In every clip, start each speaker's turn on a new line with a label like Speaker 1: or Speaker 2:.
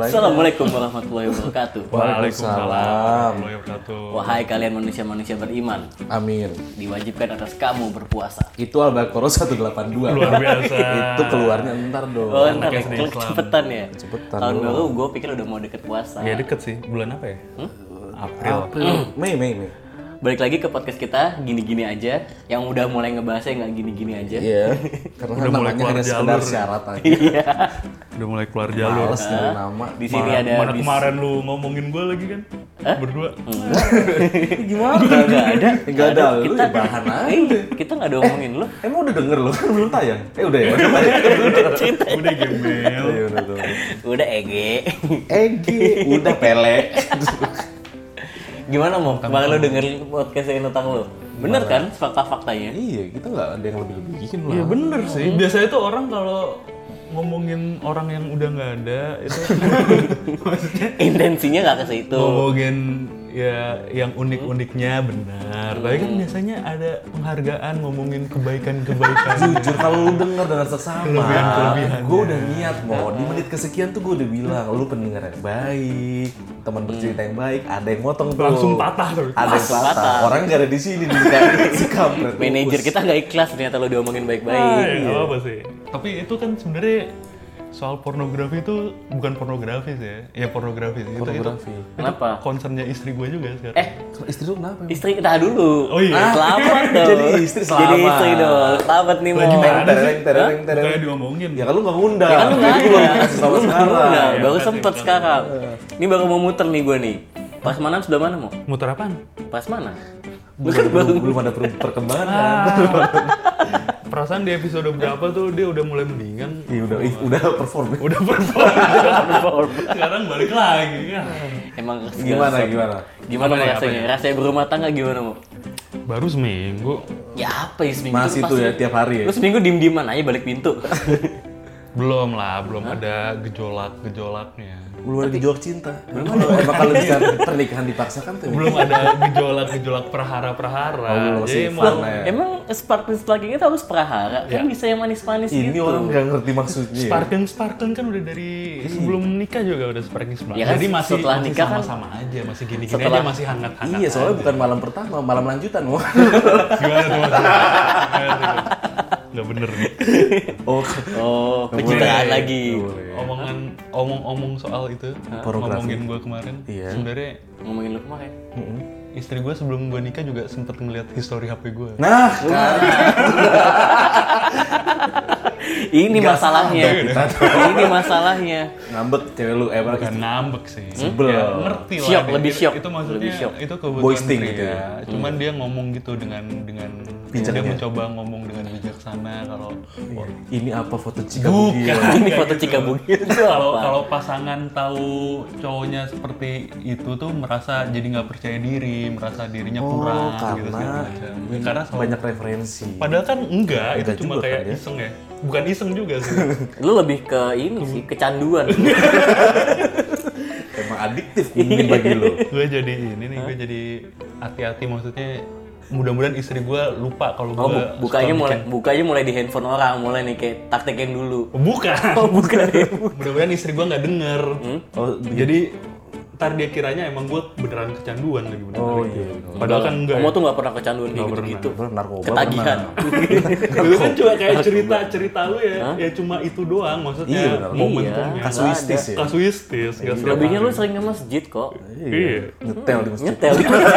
Speaker 1: Assalamualaikum warahmatullahi wabarakatuh.
Speaker 2: Waalaikumsalam warahmatullahi wabarakatuh.
Speaker 1: Wahai kalian manusia-manusia beriman,
Speaker 2: Amin.
Speaker 1: diwajibkan atas kamu berpuasa.
Speaker 2: Itu Al-Baqarah 182.
Speaker 3: Luar biasa.
Speaker 2: Itu keluarnya ntar dong.
Speaker 1: Oh, ntar
Speaker 3: Anak SD
Speaker 1: ya,
Speaker 3: Islam.
Speaker 1: cepetan ya.
Speaker 2: Cepetan
Speaker 1: Tahun
Speaker 2: dong.
Speaker 1: baru gue pikir udah mau deket puasa.
Speaker 3: Ya deket sih. Bulan apa ya? April.
Speaker 2: Mei.
Speaker 1: Balik lagi ke podcast kita, gini-gini aja. Yang udah mulai ngebahasnya nggak gini-gini aja.
Speaker 2: Iya. Karena
Speaker 3: Udah mulai
Speaker 2: namanya
Speaker 3: keluar
Speaker 2: hanya sekedar
Speaker 3: jalur.
Speaker 2: syarat aja.
Speaker 1: Iya.
Speaker 3: Udah mulai keluar jalur.
Speaker 2: Males dari nama.
Speaker 1: Di sini ada
Speaker 3: Mana kemarin lu ngomongin gue lagi kan? Berdua.
Speaker 2: Gimana?
Speaker 1: Nggak ada.
Speaker 2: Nggak ada. Lu
Speaker 1: Kita
Speaker 2: ya bahan aja.
Speaker 1: kita nggak ada ngomongin lo.
Speaker 2: Emang udah denger lo kan belum tayang? Udah ya?
Speaker 3: Udah gembel.
Speaker 2: Iya udah tuh.
Speaker 1: Udah Ege.
Speaker 2: Udah Pele.
Speaker 1: Gimana mau? Kemarin lo dengerin podcast yang tentang lo? Bener kan fakta-faktanya?
Speaker 2: Iya, kita nggak ada yang lebih-lebihin lah.
Speaker 3: Iya bener sih. Biasanya tuh orang kalau ngomongin orang yang udah nggak ada itu
Speaker 1: Intensinya nggak ke situ.
Speaker 3: ngomongin ya yang unik-uniknya benar. Tapi kan biasanya ada penghargaan ngomongin kebaikan-kebaikan.
Speaker 2: Jujur kalau lu denger dengan seksama,
Speaker 3: Kelebihan-kelebihannya.
Speaker 2: gue udah niat mau di menit kesekian tuh gue udah bilang lu pendengar yang baik, teman bercerita yang baik, ada yang motong tuh,
Speaker 3: Langsung patah tuh.
Speaker 2: ada yang patah.
Speaker 1: Patah.
Speaker 2: Orang nggak ada di sini di si kampret.
Speaker 1: Manajer kita nggak ikhlas ternyata lo diomongin baik-baik.
Speaker 3: Nggak apa sih. Tapi itu kan sebenarnya soal pornografi itu bukan pornografi sih ya. Ya pornografi sih.
Speaker 2: Pornografi.
Speaker 1: Kenapa?
Speaker 3: Concernnya istri gue juga sekarang.
Speaker 2: Istri lu kenapa?
Speaker 1: Istri kita dulu.
Speaker 3: Oh iya.
Speaker 1: Selamat dong.
Speaker 2: Jadi istri selamat.
Speaker 1: Jadi istri dong. Selamat nih
Speaker 3: Lagi
Speaker 1: Mo.
Speaker 3: mana sih?
Speaker 2: Tereng.
Speaker 3: Bukannya diomongin.
Speaker 2: Ya kan lu nggak ngundang.
Speaker 1: Ya kan lu nggak
Speaker 2: Jadi gua
Speaker 1: ada.
Speaker 2: kasih sama
Speaker 1: Lu
Speaker 2: sekarang.
Speaker 1: nggak.
Speaker 3: Ya,
Speaker 1: Baru
Speaker 3: berarti
Speaker 1: sempet
Speaker 3: kan.
Speaker 1: sekarang. Ini baru mau muter nih gue nih. Pas mana sudah mana Mo?
Speaker 3: Muter apaan?
Speaker 1: Pas mana?
Speaker 2: Belum ada perkembangan kan?
Speaker 3: Perasaan di episode berapa tuh dia udah mulai mendingan.
Speaker 2: Iya udah perform.
Speaker 3: Udah perform. Sekarang balik lagi. Ya.
Speaker 1: Emang
Speaker 2: Gimana?
Speaker 1: Gimana
Speaker 3: Apanya,
Speaker 1: rasanya? Rasanya berumah tangga gimana Mo?
Speaker 3: Baru seminggu.
Speaker 1: Ya apa ya seminggu?
Speaker 2: Masih
Speaker 1: Pasti-
Speaker 2: tuh ya tiap hari ya.
Speaker 1: Lu seminggu diem-dieman aja balik pintu.
Speaker 3: Belum ada gejolak-gejolaknya.
Speaker 2: Belum ada gejolak cinta. Emang kalau bisa pernikahan dipaksakan tuh.
Speaker 3: Belum ada gejolak-gejolak perhara-perahara.
Speaker 2: belum
Speaker 3: Jadi
Speaker 2: sih,
Speaker 3: mau
Speaker 2: Fun.
Speaker 1: Emang sparkling itu harus prahara? Kan bisa yang manis-manis
Speaker 2: Ini
Speaker 1: gitu.
Speaker 2: orang nggak ngerti maksudnya.
Speaker 3: sparkling kan udah dari sebelum nikah juga udah sparkling.
Speaker 1: Ya kan,
Speaker 3: Jadi masih
Speaker 1: setelah nikah kan-
Speaker 3: sama-sama aja, masih gini-gini
Speaker 1: Setelah-
Speaker 3: aja, masih hangat-hangat.
Speaker 2: Iya, soalnya
Speaker 3: aja.
Speaker 2: bukan malam pertama, malam lanjutan. Wah.
Speaker 3: Gimana tuh maksudnya? Nggak bener nih.
Speaker 2: Oh,
Speaker 1: Oh, pencitraan
Speaker 3: Boleh.
Speaker 1: lagi.
Speaker 3: Omong soal itu,
Speaker 2: Pornografi.
Speaker 3: ngomongin gue kemarin.
Speaker 2: Iya.
Speaker 3: Sebenarnya
Speaker 1: Ngomongin lu kemarin.
Speaker 3: istri gue sebelum gue nikah juga sempet ngeliat history HP gue.
Speaker 2: nah, kan.
Speaker 1: Ini masalahnya.
Speaker 2: sampai
Speaker 1: Ini masalahnya.
Speaker 2: Ngambek cewek lu,
Speaker 3: Bukan ngambek sih.
Speaker 2: Sebel.
Speaker 3: Ya, ngerti lah.
Speaker 1: Shock,
Speaker 3: dia.
Speaker 1: lebih shock.
Speaker 3: Itu maksudnya
Speaker 1: Lebih shock.
Speaker 3: itu kebutuhan
Speaker 2: Boosting
Speaker 3: pria.
Speaker 2: gitu ya.
Speaker 3: Cuman dia ngomong gitu dengan
Speaker 2: Bijaknya.
Speaker 3: dia mencoba ngomong dengan bijaksana kalau
Speaker 2: Ini apa foto Cika
Speaker 3: Bukan.
Speaker 2: Bugil?
Speaker 1: Ini foto Cika Bugil itu
Speaker 3: kalau
Speaker 1: apa?
Speaker 3: kalau pasangan tahu cowoknya seperti itu tuh merasa jadi nggak percaya diri, merasa dirinya kurang gitu segala macam. Karena selalu-
Speaker 2: banyak referensi.
Speaker 3: padahal kan enggak, itu
Speaker 2: Enggak
Speaker 3: cuma
Speaker 2: juga
Speaker 3: kayak
Speaker 2: kan ya.
Speaker 3: iseng ya. Bukan iseng juga sih.
Speaker 1: Lu lebih ke ini sih, kecanduan.
Speaker 2: Emang adiktif mungkin bagi lu.
Speaker 3: Gue jadi ini nih, gue jadi hati-hati maksudnya. Mudah-mudahan istri gue lupa kalau gue
Speaker 1: Oh, bukanya mulai di handphone orang, mulai nih kayak taktik yang dulu.
Speaker 3: bukan.
Speaker 1: Oh, bukan.
Speaker 3: Mudah-mudahan istri gue nggak denger.
Speaker 2: Oh,
Speaker 3: Jadi ntar dia kiranya emang gue beneran kecanduan lagi beneran.
Speaker 2: Oh iya.
Speaker 3: Padahal kan enggak.
Speaker 1: Kamu tuh nggak pernah kecanduan kayak gitu-gitu.
Speaker 2: Bener narkoba.
Speaker 1: Ketagihan.
Speaker 3: Itu kan cuma kayak cerita lu ya, ya cuma itu doang maksudnya
Speaker 2: Iya, benar.
Speaker 3: momentumnya.
Speaker 1: Iya.
Speaker 2: Kasuistis ya.
Speaker 3: Kasuistis, nggak setiap
Speaker 1: Lebihnya lu
Speaker 3: hari.
Speaker 1: sering ke masjid kok.
Speaker 3: Iya.
Speaker 2: Nyetel di masjid.
Speaker 1: Nyetel.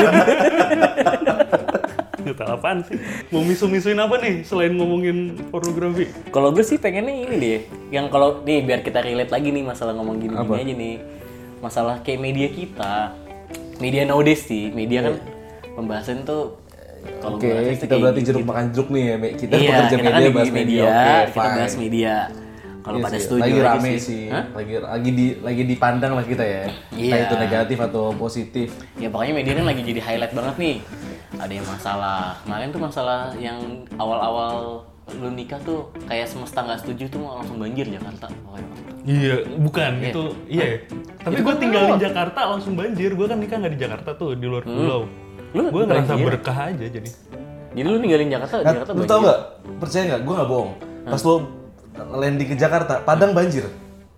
Speaker 3: Nyetel apaan sih? Mau misu-misuin apa nih selain ngomongin pornografi?
Speaker 1: Kalau gue sih pengennya ini deh, yang kalau nih biar kita relate lagi nih masalah ngomong gini-gini
Speaker 2: Apa?
Speaker 1: aja nih, masalah kayak media kita, media nowadays sih, media kan pembahasan tuh kalau
Speaker 2: Oke,
Speaker 1: bahasa
Speaker 2: kita
Speaker 1: kayak
Speaker 2: berarti
Speaker 1: gitu.
Speaker 2: jeruk makan jeruk nih ya. Kita
Speaker 1: Iya,
Speaker 2: pekerja
Speaker 1: kita kan
Speaker 2: media
Speaker 1: di
Speaker 2: bahas
Speaker 1: media,
Speaker 2: media. Oke,
Speaker 1: kita
Speaker 2: fine.
Speaker 1: bahas media. Kalau
Speaker 2: Iya
Speaker 1: pada
Speaker 2: sih,
Speaker 1: setuju
Speaker 2: lagi
Speaker 1: aja
Speaker 2: rame sih.
Speaker 1: Hah?
Speaker 2: Lagi dipandang lah kita ya. Entah
Speaker 1: Iya.
Speaker 2: itu negatif atau positif.
Speaker 1: Ya pokoknya media kan lagi jadi highlight banget nih. Ada yang masalah, kemarin tuh masalah yang awal-awal lu nikah tuh kayak semesta nggak setuju tuh langsung banjir Jakarta. Pokoknya waktu itu.
Speaker 3: Iya, bukan
Speaker 1: Iya.
Speaker 3: itu. Iya. ya. Tapi gue tinggal di Jakarta langsung banjir. Gue kan nikah nggak di Jakarta tuh, di luar pulau.
Speaker 1: Lu
Speaker 3: Gue ngerasa
Speaker 1: banjir?
Speaker 3: berkah aja jadi.
Speaker 1: Jadi lu ninggalin Jakarta, Jakarta
Speaker 2: Lu
Speaker 1: banjir.
Speaker 2: tau nggak? Percaya nggak? Gue nggak bohong. Pas lo landing ke Jakarta, Padang banjir.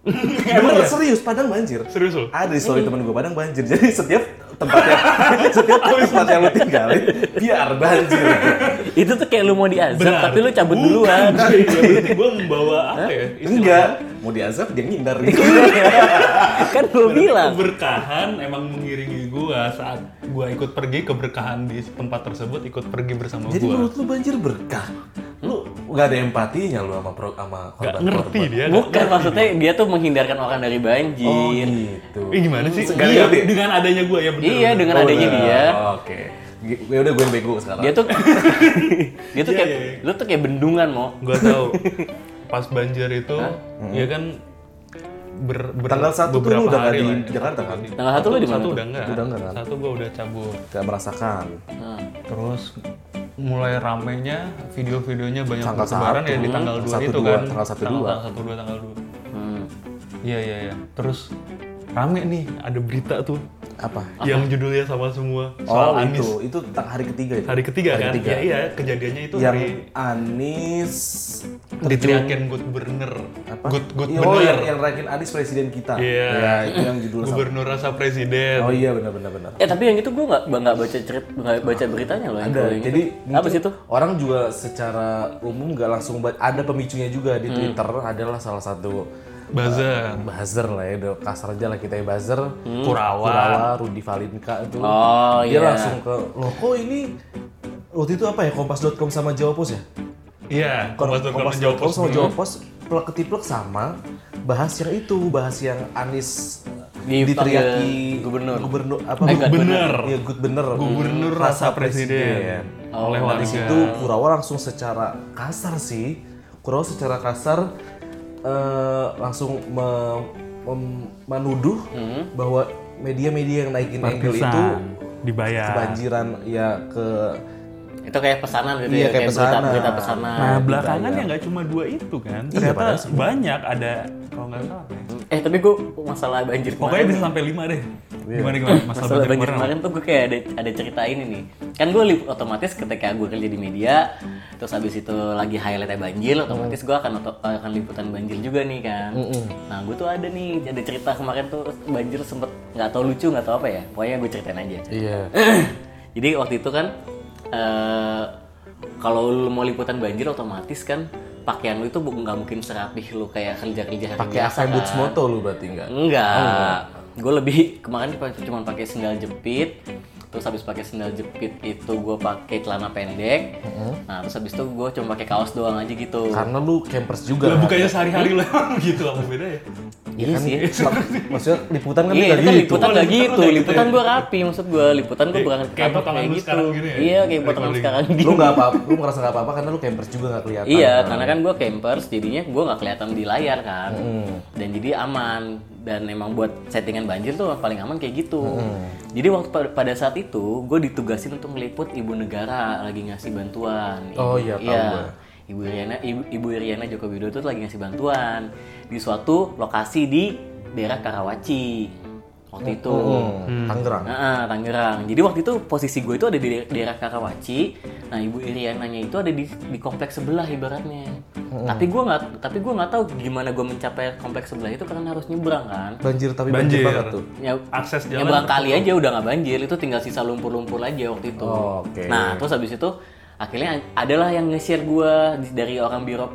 Speaker 2: Bener serius, Padang banjir.
Speaker 3: Serius lo?
Speaker 2: Ada di story temen gue Padang banjir. Jadi setiap tempat yang lu tinggalin biar banjir.
Speaker 1: Itu tuh kayak lu mau diazab
Speaker 3: Benar.
Speaker 1: tapi lu cabut duluan.
Speaker 3: Ya berarti gue membawa apa ya?
Speaker 2: Enggak, mau diazab dia ngindar gitu.
Speaker 1: Kan lu bilang.
Speaker 3: Keberkahan emang mengiringi gua saat gua ikut pergi, keberkahan di tempat tersebut ikut pergi bersama
Speaker 2: Jadi
Speaker 3: gua.
Speaker 2: menurut lu banjir berkah? Lu nggak ada empatinya lu sama
Speaker 3: Gak
Speaker 2: korban-korban.
Speaker 3: ngerti dia.
Speaker 1: Bukan, maksudnya dia tuh menghindarkan orang dari
Speaker 2: Oh
Speaker 1: banjir.
Speaker 2: gitu.
Speaker 3: Gimana sih?
Speaker 2: Nggak
Speaker 3: Iya,
Speaker 2: ngerti.
Speaker 3: dengan adanya gua ya bener.
Speaker 1: Iya, dengan adanya
Speaker 2: bener.
Speaker 1: dia.
Speaker 2: Oke. Ya udah gue yang bego sekarang.
Speaker 1: Dia tuh dia tuh
Speaker 3: Iya,
Speaker 1: kayak
Speaker 3: iya.
Speaker 1: lu tuh kayak bendungan mau.
Speaker 3: Gua tahu. Pas banjir itu, ya kan
Speaker 2: Tanggal 1 tuh
Speaker 3: beberapa
Speaker 2: lu udah nggak
Speaker 3: hari
Speaker 2: di
Speaker 3: lah.
Speaker 2: Jakarta kan?
Speaker 1: Tanggal 1 lu di mana
Speaker 3: Satu
Speaker 1: tuh?
Speaker 3: udah enggak.
Speaker 2: Udah enggak kan?
Speaker 3: Satu gua udah cabut.
Speaker 2: Gak merasakan.
Speaker 1: Nah,
Speaker 3: Terus mulai ramenya video-videonya banyak
Speaker 2: Tanggal
Speaker 3: bertebaran
Speaker 2: 1,
Speaker 3: ya di tanggal 2
Speaker 2: tanggal
Speaker 3: itu
Speaker 2: 1,
Speaker 3: kan.
Speaker 2: tanggal 1, 2.
Speaker 3: Tanggal 1 2 tanggal 2.
Speaker 1: hmm.
Speaker 3: Iya. Terus rame nih ada berita tuh
Speaker 2: Apa?
Speaker 3: yang judulnya sama semua
Speaker 2: Oh
Speaker 3: soal Anies.
Speaker 2: itu hari ketiga itu.
Speaker 3: Hari ketiga
Speaker 2: Hari
Speaker 3: kan?
Speaker 2: ketiga.
Speaker 3: Ya iya, kejadiannya itu
Speaker 2: Yang
Speaker 3: hari
Speaker 2: Anies
Speaker 3: diteriakin good burner.
Speaker 2: apa?
Speaker 3: Good
Speaker 2: Oh,
Speaker 3: bener.
Speaker 2: yang rakin Anies presiden kita.
Speaker 3: Iya.
Speaker 2: Ya, itu yang judul sama.
Speaker 3: Gubernur rasa presiden.
Speaker 2: Oh iya benar.
Speaker 1: Tapi yang itu gue nggak baca beritanya loh. yang
Speaker 2: Ada.
Speaker 1: kalau yang
Speaker 2: Jadi
Speaker 1: itu. Apa sih itu?
Speaker 2: Orang juga secara umum nggak langsung ada pemicunya juga di Twitter adalah salah satu buzzer lah ya, udah kasar aja lah kita ya buzzer. Kurawa, Rudi Valinka itu.
Speaker 1: Oh
Speaker 2: Dia
Speaker 1: iya.
Speaker 2: langsung ke, loh kok ini waktu itu apa ya, Kompas.com sama Jawa Post ya?
Speaker 3: Iya,
Speaker 2: Kompas.com sama Jawa Post plek ketiplek sama bahas yang Anies diteriaki
Speaker 1: gubernur.
Speaker 2: apa
Speaker 3: Bener.
Speaker 2: ya good bener
Speaker 3: Gubernur rasa presiden. Oleh
Speaker 2: Nah,
Speaker 3: warga.
Speaker 2: di situ Kurawa langsung secara kasar langsung menuduh bahwa media-media yang naikin angle itu
Speaker 3: dibayar.
Speaker 2: kebanjiran ya ke
Speaker 1: Itu kayak pesanan gitu
Speaker 2: Iya,
Speaker 1: ya,
Speaker 2: kayak pesanan.
Speaker 1: berita pesanan.
Speaker 3: Nah, belakangan ya nggak cuma 2 itu kan.
Speaker 2: Iya,
Speaker 3: Ternyata
Speaker 2: padahal semua.
Speaker 3: banyak ada kalau nggak salah. Ya.
Speaker 1: Tapi gue masalah banjir
Speaker 3: Pokoknya
Speaker 1: kemarin.
Speaker 3: bisa sampai 5 deh.
Speaker 2: Iya.
Speaker 3: Gimana
Speaker 1: Masalah banjir kemarin tuh gue kayak ada cerita ini nih. Kan gue otomatis ketika gue kerja di media, terus habis itu lagi highlightnya banjir, otomatis gue akan liputan banjir juga nih kan. Nah gue tuh ada cerita kemarin tuh banjir sempet nggak tahu lucu nggak tahu apa ya. Pokoknya gue ceritain aja.
Speaker 2: iya
Speaker 1: Jadi waktu itu kan kalau lu mau liputan banjir otomatis kan pakaian lu itu nggak mungkin serapih lu kayak kerja hari
Speaker 2: pakai
Speaker 1: biasa
Speaker 2: apa boots
Speaker 1: kan.
Speaker 2: moto lu berarti enggak?
Speaker 1: Enggak. Gue lebih kemarin cuma pakai sendal jepit. Terus habis pakai sendal jepit itu gue pakai celana pendek. Nah, terus habis itu gue cuma pakai kaos doang aja gitu.
Speaker 2: Karena lu campers juga.
Speaker 3: Lah bukannya sehari-hari lah gitu apa beda ya?
Speaker 1: Iya sih.
Speaker 2: Maksudnya liputan kan
Speaker 1: Iya,
Speaker 2: nggak
Speaker 1: itu kan
Speaker 2: gitu.
Speaker 1: liputan nggak gitu.
Speaker 3: liputan nggak
Speaker 1: Liputan
Speaker 3: gitu
Speaker 1: gue rapi, maksud gue. Liputan gue berangkat ke
Speaker 3: kayak
Speaker 1: kantor
Speaker 3: potongan
Speaker 1: kayak
Speaker 3: lu
Speaker 1: gitu.
Speaker 3: sekarang gini ya?
Speaker 1: Iya, kayak potongan
Speaker 3: Recording.
Speaker 1: sekarang gini.
Speaker 2: Lu nggak apa, lu ngerasa nggak apa-apa karena lu campers juga nggak kelihatan.
Speaker 1: Iya, karena kan gue campers, jadinya gue nggak kelihatan di layar kan, dan jadi aman. Dan emang buat settingan banjir tuh paling aman kayak gitu. Jadi waktu pada saat itu gue ditugasin untuk meliput ibu negara lagi ngasih bantuan.
Speaker 2: Oh iya, tahu gue.
Speaker 1: Ibu Iriana Joko Widodo tuh lagi ngasih bantuan di suatu lokasi di daerah Karawaci waktu itu.
Speaker 2: Tangerang.
Speaker 1: Nah, Tangerang. Jadi waktu itu posisi gue itu ada di daerah Karawaci. Nah, Ibu Iriananya itu ada di kompleks sebelah ibaratnya. Tapi gue nggak tahu gimana gue mencapai kompleks sebelah itu karena harus nyebrang kan.
Speaker 2: Banjir tapi
Speaker 3: Banjir.
Speaker 2: banjir banget tuh.
Speaker 1: Ya,
Speaker 3: Akses jalan
Speaker 1: nyebrang kali aja udah nggak banjir, itu tinggal sisa lumpur-lumpur aja waktu itu.
Speaker 2: Oh, oke.
Speaker 1: Nah, terus habis itu akhirnya adalah yang nge-share gue dari orang biro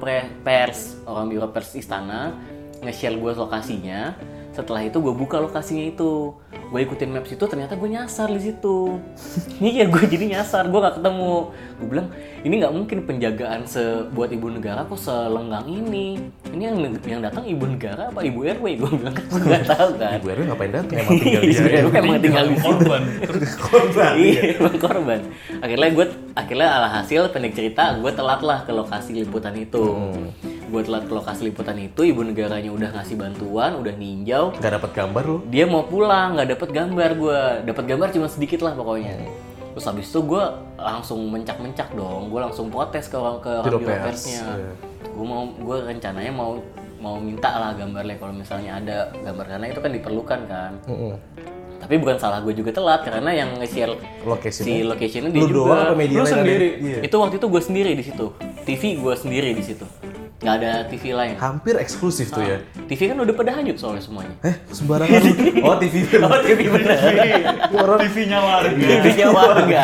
Speaker 1: pers istana, nge-share gue lokasinya. Setelah itu gue buka lokasinya itu, gue ikutin maps itu, ternyata gue nyasar di situ. Iya, gue jadi nyasar, gue nggak ketemu. Gue bilang ini nggak mungkin penjagaan buat ibu negara kok selenggang ini. Ini yang datang ibu negara apa ibu RW? Gue bilang kan gue nggak tahu kan.
Speaker 2: Ibu RW ngapain datang? Emang tinggal di
Speaker 1: Ibu RW emang tinggal di situ.
Speaker 3: korban.
Speaker 2: korban.
Speaker 1: Iya, emang korban. Akhirnya alhasil pendek cerita, gue telat lah ke lokasi liputan itu. Gue telat ke lokasi liputan itu, ibu negaranya udah ngasih bantuan, udah ninjau.
Speaker 2: Gak dapat gambar lu?
Speaker 1: Dia mau pulang, nggak dapet gambar gue. Dapet gambar cuma sedikit lah pokoknya. Terus habis itu gue langsung mencak dong. Gue langsung protes ke orang
Speaker 2: Biro
Speaker 1: biro
Speaker 2: pers,
Speaker 1: persnya.
Speaker 2: iya.
Speaker 1: Gue rencananya mau minta lah gambarnya kalau misalnya ada gambar, karena itu kan diperlukan kan. Tapi bukan salah gue juga telat karena yang nge-share si location-nya dia
Speaker 2: Lu
Speaker 1: juga.
Speaker 2: doang apa media
Speaker 3: Lu
Speaker 2: lain ada?
Speaker 3: sendiri?
Speaker 2: Iya.
Speaker 1: Itu waktu itu gue sendiri di situ. TV gue sendiri di situ. nggak ada TV lain.
Speaker 2: Hampir eksklusif tuh ya.
Speaker 1: TV kan udah pada hanyut soalnya semuanya.
Speaker 2: Sembarangan. Oh, TV.
Speaker 1: Oh, TV bener.
Speaker 3: TV-nya warga.
Speaker 1: TV-nya warga.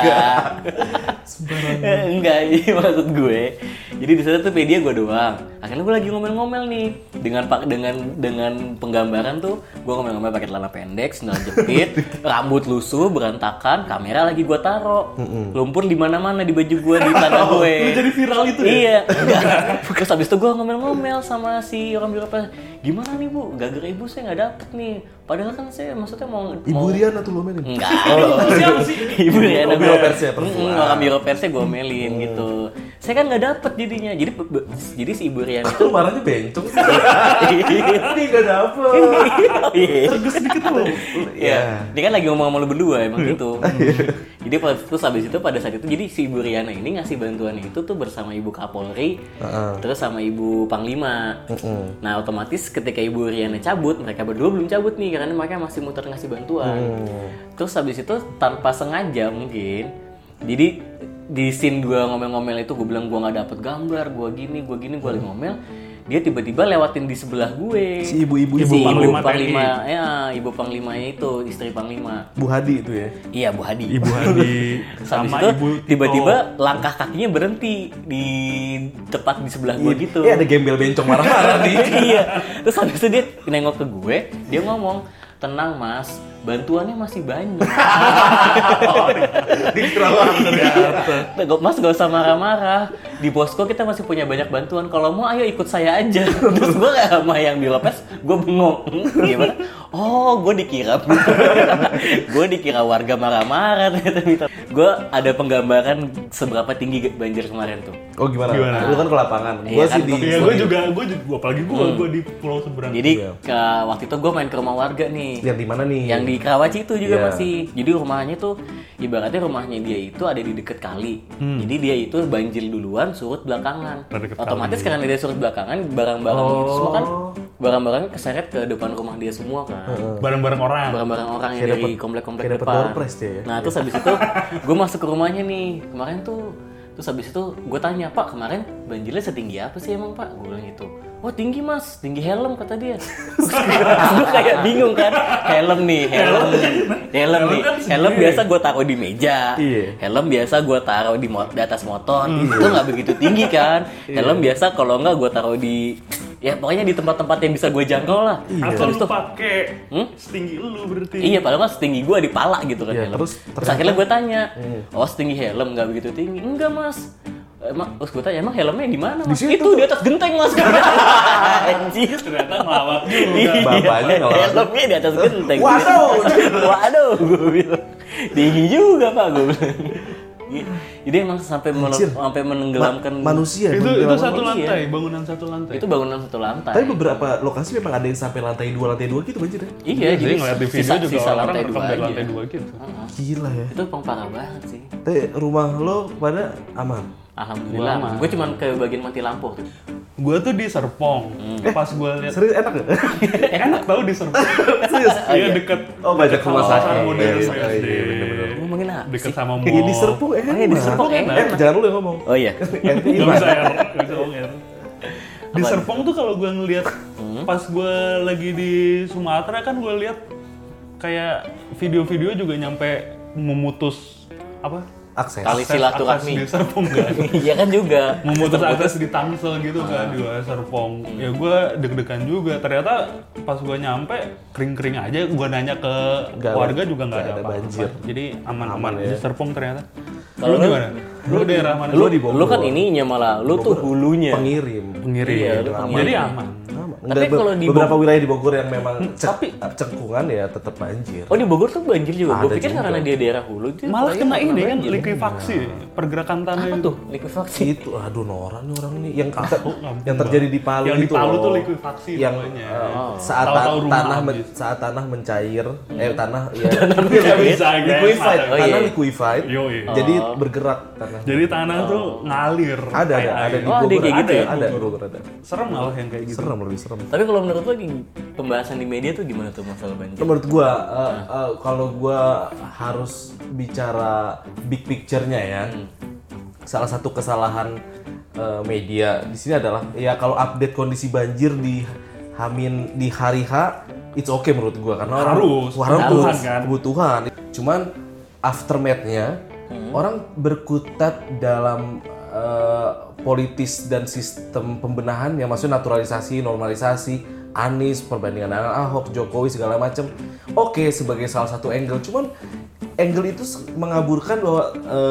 Speaker 1: Enggak, ini maksud gue. Jadi di sana tuh media gue doang. Akhirnya gue lagi ngomel-ngomel nih dengan penggambaran tuh gue ngomel-ngomel pakai celana pendek, sendal jepit, rambut lusuh, berantakan, kamera lagi gue taro, lumpur di mana-mana di baju gue, di tangan gue.
Speaker 3: Jadi viral itu ya?
Speaker 1: Iya. Terus habis itu gue ngomel-ngomel sama si orang biro pers. Gimana nih bu? Gara-gara ibu saya nggak dapet nih. Padahal kan saya maksudnya mau
Speaker 2: Ibu Riana tuh lo mainin.
Speaker 1: Enggak.
Speaker 3: Siapa sih?
Speaker 1: Ibu Riana
Speaker 2: Oh, biro persnya perempuan.
Speaker 1: orang biro persnya gue omelin gitu. Saya kan nggak dapet jadinya. Jadi si Ibu Riana itu
Speaker 2: Lu marahnya bencong sih. Ini gak dapet.
Speaker 1: Terus dikit loh. Iya. Dia kan lagi ngomong sama lu berdua emang gitu. Jadi terus habis itu pada saat itu jadi si Ibu Riana ini ngasih bantuan itu tuh bersama Ibu Kapolri, terus sama Ibu Panglima. Nah otomatis ketika Ibu Riana cabut, mereka berdua belum cabut nih karena mereka masih muter ngasih bantuan. Terus habis itu tanpa sengaja mungkin, jadi di scene gue ngomel-ngomel itu gue bilang gue nggak dapet gambar, gue gini gue lagi ngomel. Dia tiba-tiba lewatin di sebelah gue.
Speaker 2: Si ibu-ibu
Speaker 1: Si
Speaker 3: Panglima
Speaker 1: Panglima, ya ibu Panglimanya itu, istri Panglima.
Speaker 2: Bu Hadi itu ya.
Speaker 1: Iya, Bu Hadi.
Speaker 3: Ibu Hadi
Speaker 1: Habis
Speaker 3: sama
Speaker 1: itu
Speaker 3: Ibu Tito.
Speaker 1: tiba-tiba langkah kakinya berhenti di tepat di sebelah gue gitu.
Speaker 2: Ada gembel bencong marah-marah nih.
Speaker 1: Iya. Terus habis itu dia nengok ke gue, dia ngomong, "Tenang Mas, bantuannya masih banyak."
Speaker 2: Di Kerawang ternyata.
Speaker 1: Mas gak usah marah-marah. Di posko kita masih punya banyak bantuan. Kalau mau ayo ikut saya aja. Terus gue gak sama yang di Lopez, gue bengong. Gimana? Oh, gue dikira. Gue dikira warga marah-marah ternyata. Gue ada penggambaran seberapa tinggi banjir kemarin tuh.
Speaker 2: Oh gimana?
Speaker 3: Gimana?
Speaker 2: Lu kan ke lapangan.
Speaker 1: Iya,
Speaker 2: Gua
Speaker 1: kan,
Speaker 2: sih di
Speaker 3: Iya, gue juga, apalagi gue di Pulau Seberang.
Speaker 1: Jadi waktu itu gue main ke rumah warga nih.
Speaker 2: yang di mana nih?
Speaker 1: Yang di Karawaci itu juga
Speaker 2: Iya.
Speaker 1: masih. Jadi rumahnya tuh ibaratnya rumahnya dia itu ada di deket kali. Jadi dia itu banjir duluan, surut belakangan.
Speaker 3: Deket
Speaker 1: Otomatis karena dia surut belakangan, barang-barang itu semua kan barang-barangnya keseret ke depan rumah dia semua kan.
Speaker 3: bareng-bareng orang.
Speaker 1: Barang-barang orang yang
Speaker 2: Kayak
Speaker 1: dari
Speaker 2: dapet-
Speaker 1: komplek-komplek
Speaker 2: kayak dapet
Speaker 1: depan.
Speaker 2: door prize dia ya?
Speaker 1: Nah terus habis itu gue masuk ke rumahnya nih kemarin tuh. Terus habis itu gue tanya, "Pak, kemarin banjirnya setinggi apa sih emang Pak?" Gue bilang gitu. "Oh tinggi Mas, tinggi helm," kata dia. Gue kayak bingung kan, helm nih. Helm biasa gue taruh di meja.
Speaker 2: Iya.
Speaker 1: Helm biasa gue taruh di atas motor. Itu nggak begitu tinggi kan. Helm biasa kalau nggak gue taruh di, ya pokoknya di tempat-tempat yang bisa gue jangkau lah.
Speaker 3: Atau
Speaker 1: Terus
Speaker 3: lu pakai setinggi lu berarti.
Speaker 1: iya, padahal kan setinggi gue di pala gitu kan
Speaker 2: Iya,
Speaker 1: helm.
Speaker 2: terus
Speaker 1: Terus akhirnya gue tanya, "Oh setinggi helm nggak begitu tinggi?" "Enggak Mas." Emang, terus gue tanya, "Emang helmnya di mana Mas?" "Itu di atas genteng Mas." Anjir.
Speaker 3: Ternyata ngelawak juga.
Speaker 1: Iya,
Speaker 2: Bapaknya ngelawak.
Speaker 1: helmnya di atas genteng.
Speaker 2: Waduh.
Speaker 1: Waduh, gue bilang. Tinggi juga Pak, gue bilang. Jadi emang sampai menenggelamkan
Speaker 2: manusia.
Speaker 3: Itu
Speaker 2: menenggelamkan
Speaker 3: satu
Speaker 1: manusia.
Speaker 3: lantai, bangunan satu lantai.
Speaker 1: Itu bangunan satu lantai.
Speaker 2: Tapi beberapa lokasi memang ada yang sampai lantai 2 gitu banjir ya.
Speaker 1: Iya, jadi
Speaker 3: ngeliat di video juga
Speaker 1: sisa
Speaker 3: orang
Speaker 1: lantai
Speaker 3: rekam
Speaker 1: dua
Speaker 3: dari
Speaker 1: aja.
Speaker 3: lantai 2 gitu.
Speaker 2: Gila ya.
Speaker 1: Itu parah banget sih.
Speaker 2: Tapi rumah lo pada aman.
Speaker 1: Alhamdulillah.
Speaker 3: Gua aman.
Speaker 1: Gue cuman ke bagian mati lampu tuh.
Speaker 3: Gue tuh di Serpong. Pas gue lihat
Speaker 2: Serius enak gak?
Speaker 3: enak tau di Serpong.
Speaker 2: Serius?
Speaker 3: Iya deket.
Speaker 2: Oh banyak rumah
Speaker 3: Oh,
Speaker 2: sakit.
Speaker 3: modern
Speaker 2: Iya,
Speaker 3: SD.
Speaker 2: iya, bener-bener.
Speaker 1: Ngomongin apa
Speaker 3: Deket
Speaker 1: sih?
Speaker 3: sama mall.
Speaker 2: Iya di Serpong enak.
Speaker 1: iya, di Serpong enak.
Speaker 2: Jangan lu yang ngomong.
Speaker 1: Oh iya.
Speaker 2: Ente
Speaker 3: Gak
Speaker 2: Iman.
Speaker 3: bisa R, gak bisa ngomong R. Di Serpong tuh kalau gue ngeliat pas gue lagi di Sumatera kan gue lihat kayak video-video juga nyampe memutus apa?
Speaker 2: Akses.
Speaker 1: Tali silaturahmi.
Speaker 3: Akses di Serpong kan.
Speaker 1: Iya kan juga.
Speaker 3: Memutus akses di Tangsel gitu kan di wilayah Serpong. Ya gue deg-degan juga. Ternyata pas gue nyampe kering-kering aja. Gue nanya ke
Speaker 2: Nggak
Speaker 3: warga juga nggak
Speaker 2: nggak
Speaker 3: ada
Speaker 2: ada
Speaker 3: apa-apa.
Speaker 2: banjir.
Speaker 3: Jadi aman-aman
Speaker 2: Aman ya.
Speaker 3: di Serpong ternyata.
Speaker 1: Kalau
Speaker 3: Lu gimana? Lu daerah mana?
Speaker 2: Lu di Bogor.
Speaker 1: Lu kan ininya malah, lu tuh hulunya.
Speaker 2: Pengirim.
Speaker 3: pengirim.
Speaker 1: Iya, lu pengirim.
Speaker 3: Jadi aman.
Speaker 2: Aman.
Speaker 1: Tapi
Speaker 2: Nggak,
Speaker 1: kalau di
Speaker 2: beberapa wilayah di Bogor yang memang
Speaker 3: Tapi-
Speaker 2: cengkungan ya tetap banjir.
Speaker 1: Oh di Bogor tuh banjir juga. Gue
Speaker 2: Ada
Speaker 1: pikir
Speaker 2: juga.
Speaker 1: karena dia daerah hulu itu
Speaker 3: Malah kena ini kan
Speaker 1: banjir.
Speaker 3: likuifaksi, pergerakan tanah
Speaker 1: Apa
Speaker 3: itu.
Speaker 1: tuh? Likuifaksi.
Speaker 2: Itu aduh norak nih orang nih yang
Speaker 3: ampun,
Speaker 2: yang terjadi di Palu
Speaker 3: Yang di
Speaker 2: itu
Speaker 3: Palu
Speaker 2: loh.
Speaker 3: tuh likuifaksi
Speaker 2: yang
Speaker 3: namanya.
Speaker 2: saat
Speaker 3: Tahu-tahu rumah
Speaker 2: tanah
Speaker 3: habis.
Speaker 2: saat tanah mencair tanah ya
Speaker 3: Nggak bisa, guys.
Speaker 2: liquefied
Speaker 1: Oh,
Speaker 2: tanah
Speaker 1: iya.
Speaker 2: liquefied
Speaker 3: Yoi.
Speaker 2: jadi bergerak tanah
Speaker 3: Jadi tanah tuh ngalir.
Speaker 2: ada
Speaker 3: kayak air.
Speaker 2: di
Speaker 1: Oh, ada
Speaker 2: Bogor
Speaker 1: kayak gitu ya?
Speaker 2: ada di Bogor ada
Speaker 3: Serem malah yang kayak gitu.
Speaker 2: serem lebih serem.
Speaker 1: Tapi kalau menurut lo pembahasan di media tuh gimana tuh masalah banjir?
Speaker 2: Menurut gua kalau gua harus bicara big picture-nya ya. Salah satu kesalahan media di sini adalah ya kalau update kondisi banjir di hari H, it's okay menurut gua karena
Speaker 3: Harus, kebutuhan kan.
Speaker 2: kebutuhan. Cuman aftermath-nya orang berkutat dalam politis dan sistem pembenahan yang maksudnya naturalisasi, normalisasi, Anies perbandingan dengan Ahok, Jokowi segala macam. Oke, sebagai salah satu angle. Cuman angle itu mengaburkan bahwa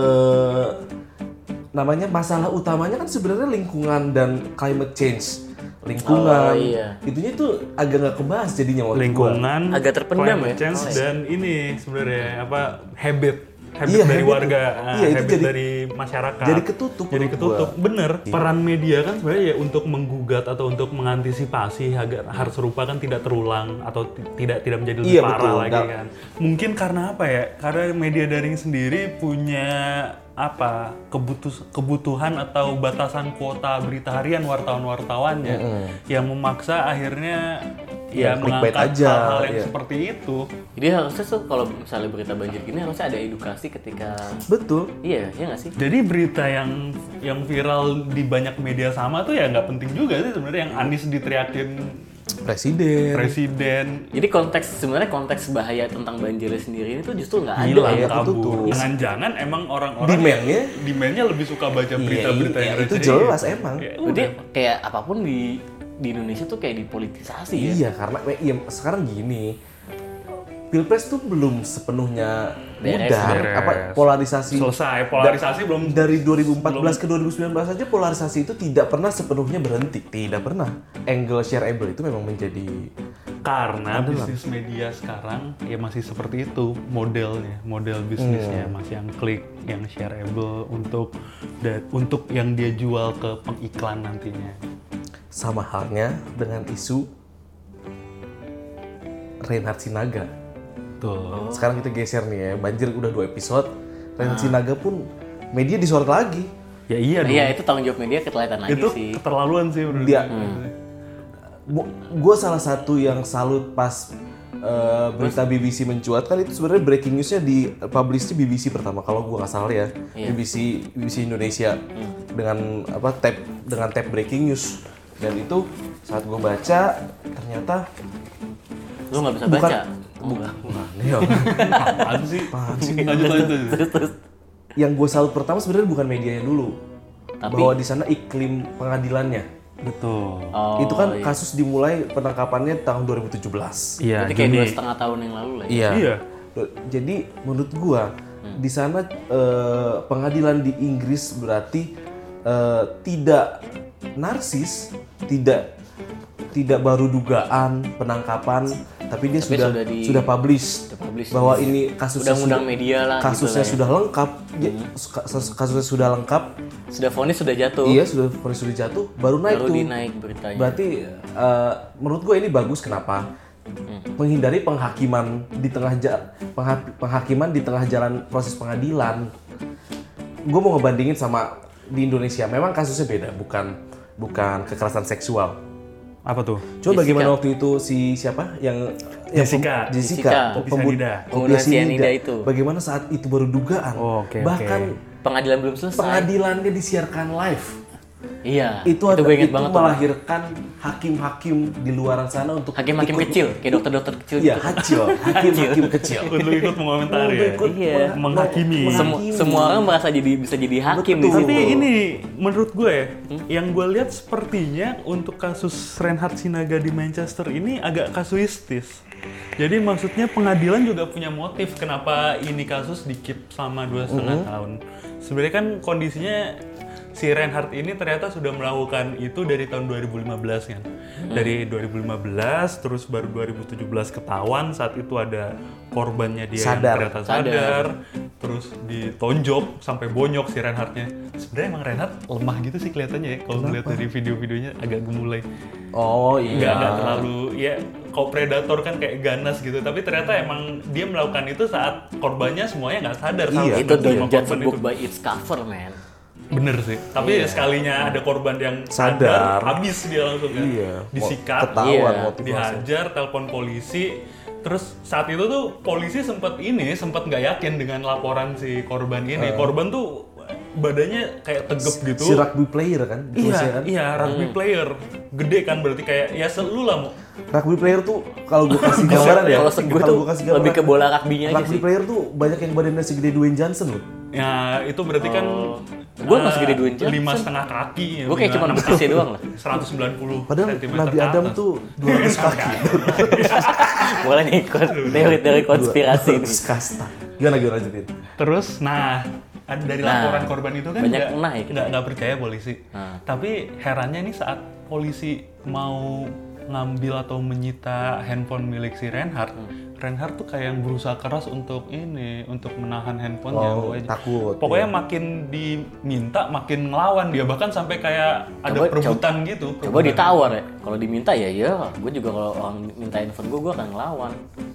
Speaker 2: namanya masalah utamanya kan sebenarnya lingkungan dan climate change. Lingkungan, itunya tuh agak nggak kebahas jadinya waktu
Speaker 3: lingkungan,
Speaker 1: agak terpendam
Speaker 3: climate change, dan ini sebenarnya habit
Speaker 2: Iya,
Speaker 3: dari
Speaker 2: habit.
Speaker 3: warga,
Speaker 2: Iya, itu
Speaker 3: habit
Speaker 2: jadi-
Speaker 3: dari masyarakat.
Speaker 2: jadi ketutup
Speaker 3: Jadi
Speaker 2: menurut
Speaker 3: ketutup,
Speaker 2: gua.
Speaker 3: bener. Peran media kan sebenarnya ya untuk menggugat atau untuk mengantisipasi agar hal serupa kan tidak terulang atau tidak menjadi lebih
Speaker 2: Iya,
Speaker 3: parah
Speaker 2: betul.
Speaker 3: lagi kan. Mungkin karena apa ya? Karena media daring sendiri punya apa kebutuhan atau batasan kuota berita harian wartawan-wartawannya yang memaksa akhirnya ya
Speaker 2: clickbait
Speaker 3: mengangkat
Speaker 2: aja,
Speaker 3: hal-hal yang
Speaker 2: iya.
Speaker 3: seperti itu.
Speaker 1: Jadi harusnya tuh kalau misalnya berita banjir gini harusnya ada edukasi ketika
Speaker 2: Betul.
Speaker 1: iya nggak sih?
Speaker 3: Jadi berita yang viral di banyak media sama tuh ya nggak penting juga sih sebenarnya, yang Anies diteriakin presiden
Speaker 1: Jadi sebenarnya konteks bahaya tentang banjirnya sendiri ini tuh justru nggak ada
Speaker 3: hilang
Speaker 1: ya.
Speaker 3: kabur. Jangan-jangan emang orang-orang demand-nya lebih suka baca berita-berita yang
Speaker 2: itu
Speaker 3: receh.
Speaker 2: jelas emang.
Speaker 3: Ya,
Speaker 1: Berarti kayak apapun di Indonesia tuh kayak dipolitisasi ya.
Speaker 2: Iya, karena sekarang gini, Pilpres tuh belum sepenuhnya
Speaker 1: Beres.
Speaker 2: apa polarisasi
Speaker 3: selesai polarisasi belum.
Speaker 2: dari 2014 ke 2019 saja polarisasi itu tidak pernah sepenuhnya berhenti, tidak pernah. Angle shareable itu memang menjadi
Speaker 3: Karena bisnis media sekarang ya masih seperti itu modelnya, model bisnisnya masih yang klik, yang shareable untuk yang dia jual ke pengiklan nantinya.
Speaker 2: sama halnya dengan isu Reinhard Sinaga.
Speaker 3: Tuh.
Speaker 2: Sekarang kita geser nih ya, banjir udah 2 episode, Reinhard Sinaga pun media disorot lagi.
Speaker 3: Ya iya dong.
Speaker 1: Iya itu tanggung jawab media ketelatan lagi
Speaker 3: Itu
Speaker 1: sih.
Speaker 3: keterlaluan sih menurut
Speaker 2: Dia,
Speaker 3: gue.
Speaker 2: gue salah satu yang salut pas berita BBC mencuat kan itu sebenarnya breaking newsnya di publish di BBC pertama kalau gue nggak salah ya, BBC Indonesia dengan tab breaking news, dan itu saat gue baca ternyata
Speaker 1: Lu nggak bisa
Speaker 2: bukan-
Speaker 1: baca.
Speaker 3: Apaan sih? Lanjut.
Speaker 2: Yang gue salut pertama sebenarnya bukan medianya dulu, bahwa di sana iklim pengadilannya.
Speaker 3: Betul.
Speaker 1: Oh,
Speaker 2: Itu kan kasus dimulai penangkapannya tahun 2017.
Speaker 3: Iya.
Speaker 1: berarti kayak 2,5 tahun yang lalu lah ya.
Speaker 3: Iya.
Speaker 2: Jadi menurut gua di sana pengadilan di Inggris berarti tidak narsis, tidak baru dugaan penangkapan, tapi dia sudah publish bahwa ini kasusnya
Speaker 1: Undang-undang media lah
Speaker 2: kasusnya
Speaker 1: gitu
Speaker 2: sudah lengkap, kasusnya sudah lengkap,
Speaker 1: sudah vonis sudah jatuh.
Speaker 2: iya sudah jatuh, baru naik
Speaker 1: Baru
Speaker 2: tuh.
Speaker 1: dinaik beritanya.
Speaker 2: Berarti menurut gue ini bagus, kenapa? Menghindari penghakiman di tengah jalan proses pengadilan. Gue mau ngebandingin sama di Indonesia, memang kasusnya beda, bukan kekerasan seksual.
Speaker 3: Apa tuh?
Speaker 2: Coba bagaimana waktu itu si siapa yang
Speaker 3: Jessica.
Speaker 1: Pembunuhan cyanida itu.
Speaker 2: Bagaimana saat itu baru dugaan.
Speaker 3: Oh, oke,
Speaker 2: Bahkan
Speaker 1: Pengadilan belum selesai.
Speaker 2: pengadilannya disiarkan live.
Speaker 1: Iya.
Speaker 2: Itu
Speaker 1: gue inget banget tuh.
Speaker 2: melahirkan hakim-hakim di luaran sana untuk
Speaker 1: Hakim-hakim
Speaker 2: ikut-
Speaker 1: kecil, kayak dokter-dokter kecil.
Speaker 2: Iya,
Speaker 1: gitu.
Speaker 2: hakim kecil.
Speaker 3: Untuk ikut mengomentari ya.
Speaker 1: Iya.
Speaker 3: Menghakimi.
Speaker 1: Semua orang merasa bisa jadi hakim di
Speaker 2: Betul.
Speaker 1: situ.
Speaker 3: Tapi ini menurut gue ya, yang gue lihat sepertinya untuk kasus Reinhard Sinaga di Manchester ini agak kasuistis. Jadi maksudnya pengadilan juga punya motif kenapa ini kasus di-keep selama 2,5 tahun. Sebenarnya kan kondisinya si Reinhard ini ternyata sudah melakukan itu dari tahun 2015 kan. Dari 2015 terus baru 2017 ketahuan, saat itu ada korbannya dia yang ternyata sadar. Terus ditonjok sampai bonyok si Reinhardnya. Sebenarnya emang Reinhard lemah gitu sih kelihatannya ya kalau ngeliat dari video-videonya, agak gemulai.
Speaker 2: Oh iya.
Speaker 3: Nggak terlalu ya, kalau predator kan kayak ganas gitu, tapi ternyata emang dia melakukan itu saat korbannya semuanya nggak sadar.
Speaker 2: Iya,
Speaker 1: Itu
Speaker 3: sama
Speaker 1: don't judge a
Speaker 3: korban
Speaker 1: book
Speaker 3: itu.
Speaker 1: by its cover, man.
Speaker 3: Bener sih, tapi sekalinya ada korban yang
Speaker 2: Sadar.
Speaker 3: habis dia langsung kan.
Speaker 2: Iya.
Speaker 3: Disikat,
Speaker 2: Ketahuan
Speaker 1: Iya.
Speaker 2: motivasi.
Speaker 3: dihajar, telepon polisi. Terus saat itu tuh polisi sempat nggak yakin dengan laporan si korban ini. Korban tuh badannya kayak tegep gitu.
Speaker 2: Si rugby player kan?
Speaker 3: Iya, rugby player. Gede kan berarti kayak ya selu lah mau.
Speaker 2: Rugby player tuh kalau gue kasih gambaran ya.
Speaker 1: Kalau gue tuh lebih ke bola rugby-nya aja
Speaker 2: rugby
Speaker 1: sih.
Speaker 2: player tuh banyak yang badannya segede Dwayne Johnson loh.
Speaker 3: Ya itu berarti kan
Speaker 1: Gue nggak segede Dwayne Johnson.
Speaker 3: 5,5 kaki.
Speaker 1: Gue kayak cuma betisnya doang lah.
Speaker 3: 190
Speaker 2: Padahal
Speaker 3: cm
Speaker 2: Nabi
Speaker 3: ke
Speaker 2: Adam
Speaker 3: atas.
Speaker 2: tuh 200 kaki.
Speaker 1: Boleh nih teori konspirasi ini.
Speaker 2: Kasta. Gimana lanjutin?
Speaker 3: Terus, dari laporan korban itu kan
Speaker 1: banyak
Speaker 3: nggak percaya polisi. Tapi herannya nih saat polisi mau ngambil atau menyita handphone milik si Reinhardt, Reinhardt tuh kayak yang berusaha keras untuk menahan handphonenya.
Speaker 2: Takut.
Speaker 3: Pokoknya makin diminta makin ngelawan dia, bahkan sampai kayak ada perebutan gitu.
Speaker 1: Coba ditawar ya. Kalau diminta ya, gue juga kalau orang minta handphone gue akan ngelawan.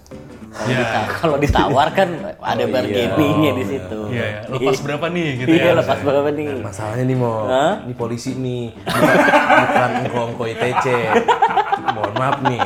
Speaker 1: Kalau ditawar kan ada bargainingnya di situ.
Speaker 3: Iya. Lepas berapa nih gitu
Speaker 1: Iya,
Speaker 3: ya.
Speaker 1: lepas berapa nih.
Speaker 2: Masalahnya nih ini polisi nih, bukan engko ITC. Mohon maaf nih.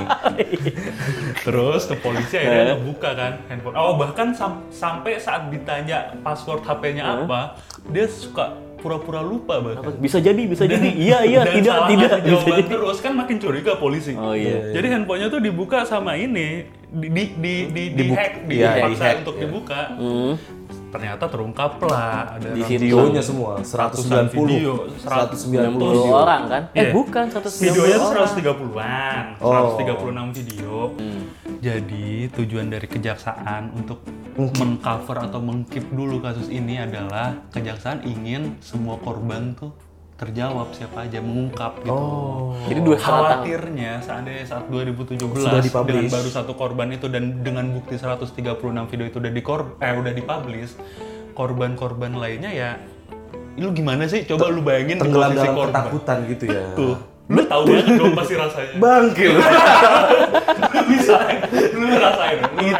Speaker 3: Terus ke polisi akhirnya ngebuka kan handphone. Bahkan sampai saat ditanya password HP-nya apa, dia suka pura-pura lupa bahkan.
Speaker 1: Bisa jadi. Iya,
Speaker 3: dan
Speaker 1: tidak. Bisa
Speaker 3: jawaban
Speaker 1: jadi.
Speaker 3: terus kan makin curiga polisi.
Speaker 1: Oh iya.
Speaker 3: Jadi handphonenya tuh dibuka sama ini, di-hack, dipaksa untuk dibuka. Ternyata terungkap lah ada
Speaker 1: Di
Speaker 2: videonya semua 190
Speaker 3: video,
Speaker 2: 190
Speaker 1: 10 orang kan?
Speaker 3: Iya.
Speaker 1: Bukan 190
Speaker 3: videonya tuh
Speaker 1: orang.
Speaker 3: 130-an, 136 video. Jadi tujuan dari kejaksaan untuk mengcover atau mengkeep dulu kasus ini adalah kejaksaan ingin semua korban tuh terjawab siapa aja, mengungkap gitu.
Speaker 1: Jadi 2,5 tahun.
Speaker 3: Khawatirnya seandainya saat 2017
Speaker 2: Sudah dipublish.
Speaker 3: dengan baru satu korban itu dan dengan bukti 136 video itu udah dipublish, korban-korban lainnya ya lu gimana sih? Coba lu bayangin di
Speaker 2: tenggelam
Speaker 3: posisi
Speaker 2: dalam
Speaker 3: korban.
Speaker 2: ketakutan gitu ya.
Speaker 3: Tuh. Lu tahu banget dong pasti rasanya.
Speaker 2: Bangkil.
Speaker 3: Bisa, lu rasain.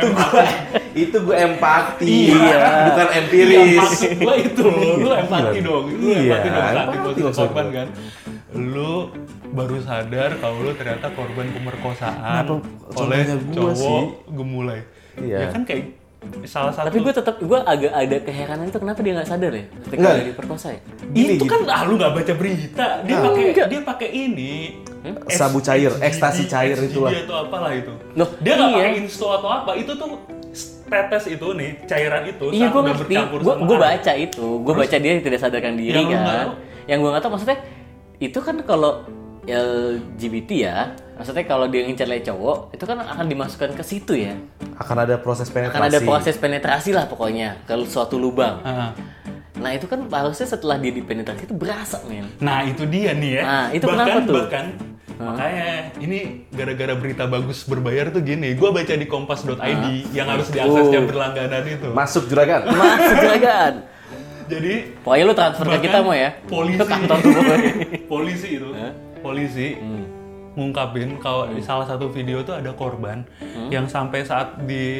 Speaker 2: itu gue empati.
Speaker 1: Iya.
Speaker 2: Bukan empiris.
Speaker 3: Maksud gua itu, lu empati dong. Lu empati dong saat di posisi
Speaker 2: maksud
Speaker 3: korban
Speaker 2: gua.
Speaker 3: kan. Lu baru sadar kalau lu ternyata korban pemerkosaan oleh
Speaker 2: contohnya gua
Speaker 3: cowok
Speaker 2: sih.
Speaker 3: gemulai.
Speaker 2: Iya.
Speaker 3: Ya kan kayak salah satu.
Speaker 1: Tapi gue agak ada keheranan itu kenapa dia nggak sadar ya ketika
Speaker 2: Enggak.
Speaker 1: dia diperkosa ya?
Speaker 3: itu kan lu nggak baca berita. Dia pakai ini.
Speaker 2: Sabu cair, ekstasi cair itulah.
Speaker 3: atau apalah itu.
Speaker 1: Loh,
Speaker 3: Dia nggak
Speaker 1: iya.
Speaker 3: pakai insto atau apa. Itu tuh tetes itu nih, cairan itu
Speaker 1: Iya,
Speaker 3: saat
Speaker 1: gue
Speaker 3: udah
Speaker 1: ngerti.
Speaker 3: bercampur sama
Speaker 1: Gue
Speaker 3: air.
Speaker 1: baca itu. Gue baca dia tidak sadarkan diri
Speaker 3: Yang lu nggak
Speaker 1: kan.
Speaker 3: tahu?
Speaker 1: Yang gue nggak tahu maksudnya itu kan kalau LGBT ya, maksudnya kalau dia ngincar cowok itu kan akan dimasukkan ke situ ya.
Speaker 2: Akan ada proses penetrasi.
Speaker 1: Akan ada proses penetrasi lah pokoknya ke suatu lubang.
Speaker 3: Ah.
Speaker 1: Nah itu kan harusnya setelah dia dipenetrasi itu berasa men.
Speaker 3: Nah itu dia nih ya.
Speaker 1: Nah, itu kenapa tuh?
Speaker 3: Bahkan makanya ini gara-gara berita bagus berbayar tuh gini. Gua baca di kompas.id yang harus diakses jam berlangganan itu.
Speaker 2: Masuk juragan.
Speaker 1: Masuk juragan.
Speaker 3: Jadi
Speaker 1: Pokoknya lu transfer ke kita mau ya.
Speaker 3: polisi
Speaker 1: Ke kantor gue.
Speaker 3: polisi itu polisi ngungkapin kalau di salah satu video tuh ada korban yang sampai saat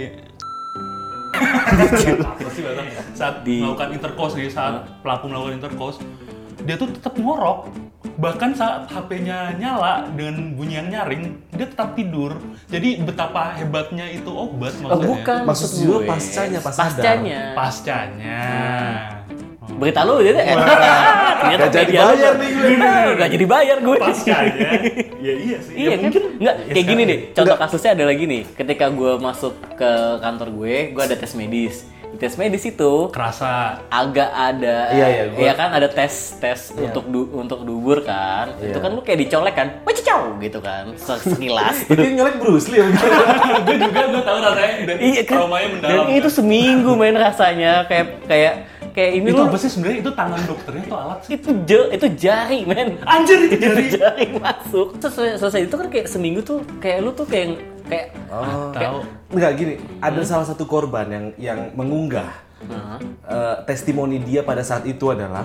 Speaker 3: melakukan intercourse saat pelaku melakukan intercourse dia tuh tetap ngorok, bahkan saat HP-nya nyala dengan bunyi yang nyaring dia tetap tidur. Jadi betapa hebatnya itu obat maksudnya.
Speaker 1: Bukan.
Speaker 2: Maksud gue pascanya, pas sadar.
Speaker 1: Pascanya.
Speaker 3: Oh.
Speaker 1: Berita lu jadi ternyata
Speaker 2: Gak jadi
Speaker 1: media lu
Speaker 2: bayar nih gue.
Speaker 1: Gak jadi bayar gue.
Speaker 3: Pascanya. Ya iya sih.
Speaker 1: Iya
Speaker 3: Ya
Speaker 1: kan?
Speaker 3: mungkin
Speaker 1: Nggak,
Speaker 3: ya
Speaker 1: kayak gini
Speaker 3: sekarang.
Speaker 1: deh. Contoh kasusnya adalah gini. Ketika gue masuk ke kantor gue ada tes medis. Di tes medis itu
Speaker 3: kerasa
Speaker 1: agak ada,
Speaker 2: Iya,
Speaker 1: kan ada tes untuk dubur kan. Itu kan lu kayak dicolek kan, wacicau gitu kan, sekilas.
Speaker 2: Itu yang nyolek Bruce Lee.
Speaker 3: gue tahu rasanya dan
Speaker 1: Iya kan.
Speaker 3: traumanya mendalam.
Speaker 1: Dan itu seminggu main rasanya kayak ini
Speaker 3: itu
Speaker 1: lu
Speaker 3: apa sih sebenarnya itu tangan dokternya atau alat sih?
Speaker 1: itu jari men.
Speaker 3: Anjir itu jari.
Speaker 1: Jari masuk. Selesai itu kan kayak seminggu tuh kayak lu tuh kayak
Speaker 3: Tahu.
Speaker 2: Enggak gini, ada salah satu korban yang mengunggah testimoni dia pada saat itu adalah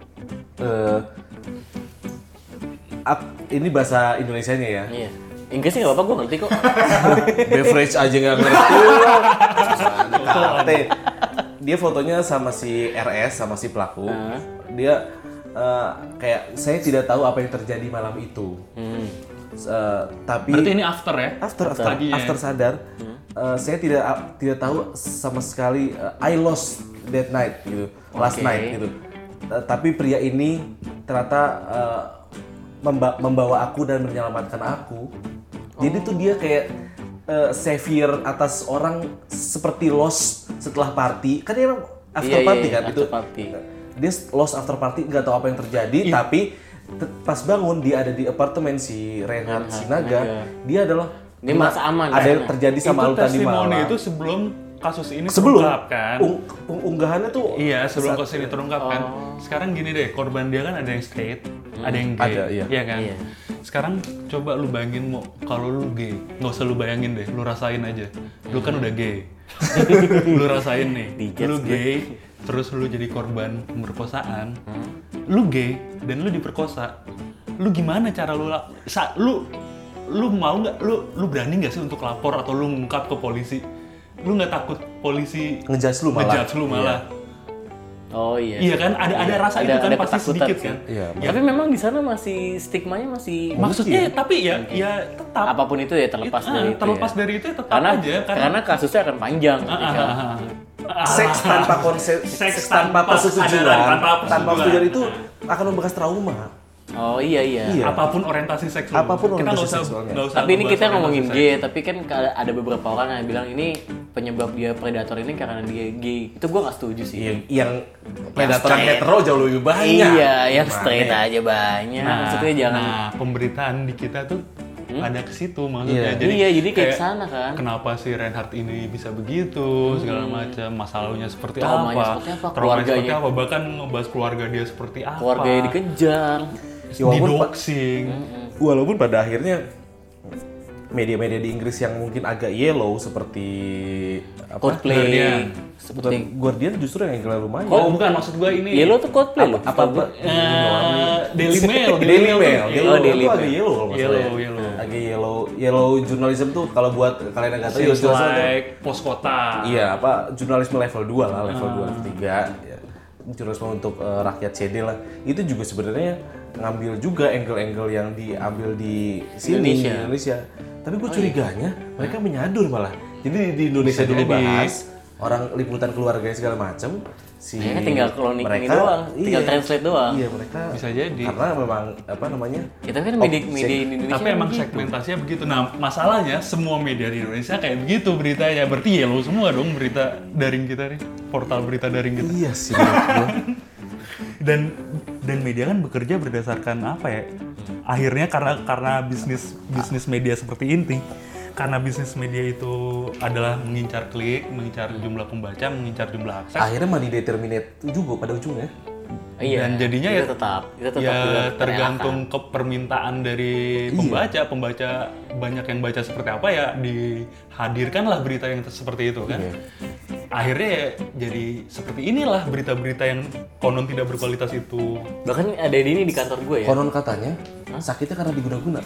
Speaker 2: ini bahasa Indonesianya ya.
Speaker 1: Iya. Inggrisnya nggak apa-apa, gue ngerti kok.
Speaker 2: Beverage aja nggak ngerti. Kate. Dia fotonya sama si RS sama si pelaku. Dia kayak saya tidak tahu apa yang terjadi malam itu. Tapi
Speaker 3: Berarti ini after ya?
Speaker 2: after sadar, saya tidak tahu sama sekali. I lost that night gitu, last night gitu. tapi pria ini ternyata membawa aku dan menyelamatkan aku. Jadi tuh dia kayak savior atas orang seperti Lost setelah party. Kan dia emang after party kan
Speaker 1: after
Speaker 2: itu.
Speaker 1: party.
Speaker 2: Dia Lost after party, nggak tahu apa yang terjadi, tapi pas bangun dia ada di apartemen si Reinhard Sinaga. Dia adalah
Speaker 1: Dia merasa aman.
Speaker 2: ada yang terjadi sama lu tadi
Speaker 3: testimoni
Speaker 2: malam.
Speaker 3: itu sebelum kasus ini
Speaker 2: Sebelum
Speaker 3: terungkap kan.
Speaker 2: unggahannya tuh
Speaker 3: Iya, sebelum kasus ini terungkap kan. Sekarang gini deh, korban dia kan ada yang straight, ada yang gay.
Speaker 2: Ada, iya.
Speaker 3: kan?
Speaker 1: Iya.
Speaker 3: Sekarang coba lu bayangin mau kalau lu gay, nggak usah lu bayangin deh, lu rasain aja. Lu kan udah gay. Lu rasain nih, lu gay, terus lu jadi korban pemerkosaan. Lu gay dan lu diperkosa. Lu gimana cara lu mau nggak, lu berani nggak sih untuk lapor atau lu ngungkap ke polisi? Lu nggak takut polisi
Speaker 2: ngejudge lu malah.
Speaker 1: Oh iya.
Speaker 3: Iya kan, ada rasa itu kan pasti
Speaker 1: ketakutan
Speaker 3: sedikit
Speaker 1: sih.
Speaker 3: kan.
Speaker 2: Iya.
Speaker 1: Tapi memang di sana masih stigmanya masih
Speaker 3: Maksudnya tapi ya tetap
Speaker 1: apapun itu ya terlepas dari itu.
Speaker 3: terlepas
Speaker 1: ya.
Speaker 3: dari itu ya tetap aja
Speaker 1: karena kasusnya akan panjang.
Speaker 2: Seks tanpa konsep, seks tanpa persetujuan, tanpa persetujuan itu akan membekas trauma.
Speaker 1: Oh iya.
Speaker 3: Apapun orientasi seks lu.
Speaker 2: Apapun
Speaker 3: kita
Speaker 2: orientasi
Speaker 3: nggak
Speaker 2: seksualnya.
Speaker 3: usah
Speaker 1: Tapi ini
Speaker 3: ngebahas
Speaker 1: kita ngomongin
Speaker 3: orientasi
Speaker 1: gay, tapi kan ada beberapa orang yang bilang ini penyebab dia predator ini karena dia gay. Itu gue gak setuju sih.
Speaker 2: Yang predator
Speaker 1: straight.
Speaker 2: hetero jauh lebih banyak.
Speaker 1: Iya, yang
Speaker 2: Gimana
Speaker 1: straight
Speaker 2: ya?
Speaker 1: aja banyak. Maksudnya jangan.
Speaker 3: Nah, pemberitaan di kita tuh ada ke situ maksudnya.
Speaker 1: Jadi kayak kesana kan.
Speaker 3: Kenapa si Reinhard ini bisa begitu, segala macam, masa lalunya seperti
Speaker 1: Traumanya
Speaker 3: apa,
Speaker 1: seperti apa,
Speaker 3: traumanya seperti
Speaker 1: keluarganya.
Speaker 3: apa, bahkan ngebahas keluarga dia seperti apa.
Speaker 1: Keluarganya dikejar.
Speaker 2: Ya, walaupun
Speaker 3: didoxing.
Speaker 2: Walaupun pada akhirnya media-media di Inggris yang mungkin agak yellow seperti
Speaker 1: Coldplay.
Speaker 3: Guardian.
Speaker 1: Seperti
Speaker 2: Guardian justru yang lumayan.
Speaker 3: Oh, bukan, maksud gua ini.
Speaker 1: Yellow tuh Coldplay loh.
Speaker 3: Daily Mail.
Speaker 2: Daily Mail.
Speaker 1: Oh, Daily
Speaker 2: itu agak
Speaker 1: Mail.
Speaker 2: yellow kalau nggak salah ya.
Speaker 3: Yellow.
Speaker 2: Agak yellow journalism tuh kalau buat kalian yang nggak tahu
Speaker 3: Feels
Speaker 2: journalism tuh
Speaker 3: like pos kota.
Speaker 2: iya jurnalisme level 2 lah, level 2, level 3 ya. Jurnalisme untuk rakyat CD lah. Itu juga sebenarnya ngambil juga angle-angle yang diambil di sini di Indonesia. Tapi gue curiganya mereka menyadur malah. Jadi di Indonesia
Speaker 3: Bisa
Speaker 2: dulu
Speaker 3: jadi.
Speaker 2: bahas orang liputan keluarganya segala macam.
Speaker 1: Mereka tinggal cloning ini doang, tinggal translate doang.
Speaker 2: Iya mereka
Speaker 3: Bisa jadi.
Speaker 2: karena memang apa namanya
Speaker 1: Kita kan media di Indonesia.
Speaker 3: Tapi emang segmentasinya begitu. Nah, masalahnya semua media di Indonesia kayak begitu beritanya. Berarti yellow semua dong berita daring kita nih. Portal berita daring kita.
Speaker 2: iya sih menurut gua.
Speaker 3: Dan media kan bekerja berdasarkan apa ya? Akhirnya karena bisnis media seperti ini, karena bisnis media itu adalah mengincar klik, mengincar jumlah pembaca, mengincar jumlah akses.
Speaker 2: Akhirnya mah dideterminate juga pada ujungnya.
Speaker 1: Iya.
Speaker 3: Dan jadinya
Speaker 1: itu tetap
Speaker 3: ya tergantung ke permintaan dari pembaca banyak yang baca seperti apa ya dihadirkanlah berita yang seperti itu kan. Akhirnya ya jadi seperti inilah berita-berita yang konon tidak berkualitas itu.
Speaker 1: Bahkan ada ini di kantor gue ya.
Speaker 2: Konon katanya sakitnya karena diguna-guna.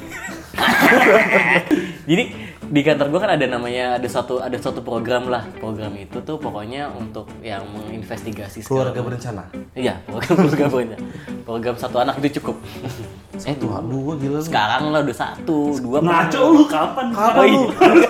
Speaker 1: Jadi di kantor gue kan ada satu program lah. Program itu tuh pokoknya untuk yang menginvestigasi
Speaker 2: Keluarga berencana.
Speaker 1: Iya, program berencana. Program satu anak itu cukup.
Speaker 2: Dua gila lu.
Speaker 1: Sekarang lah udah 1, 2.
Speaker 3: Ngaco lu kapan?
Speaker 2: Kapan lu?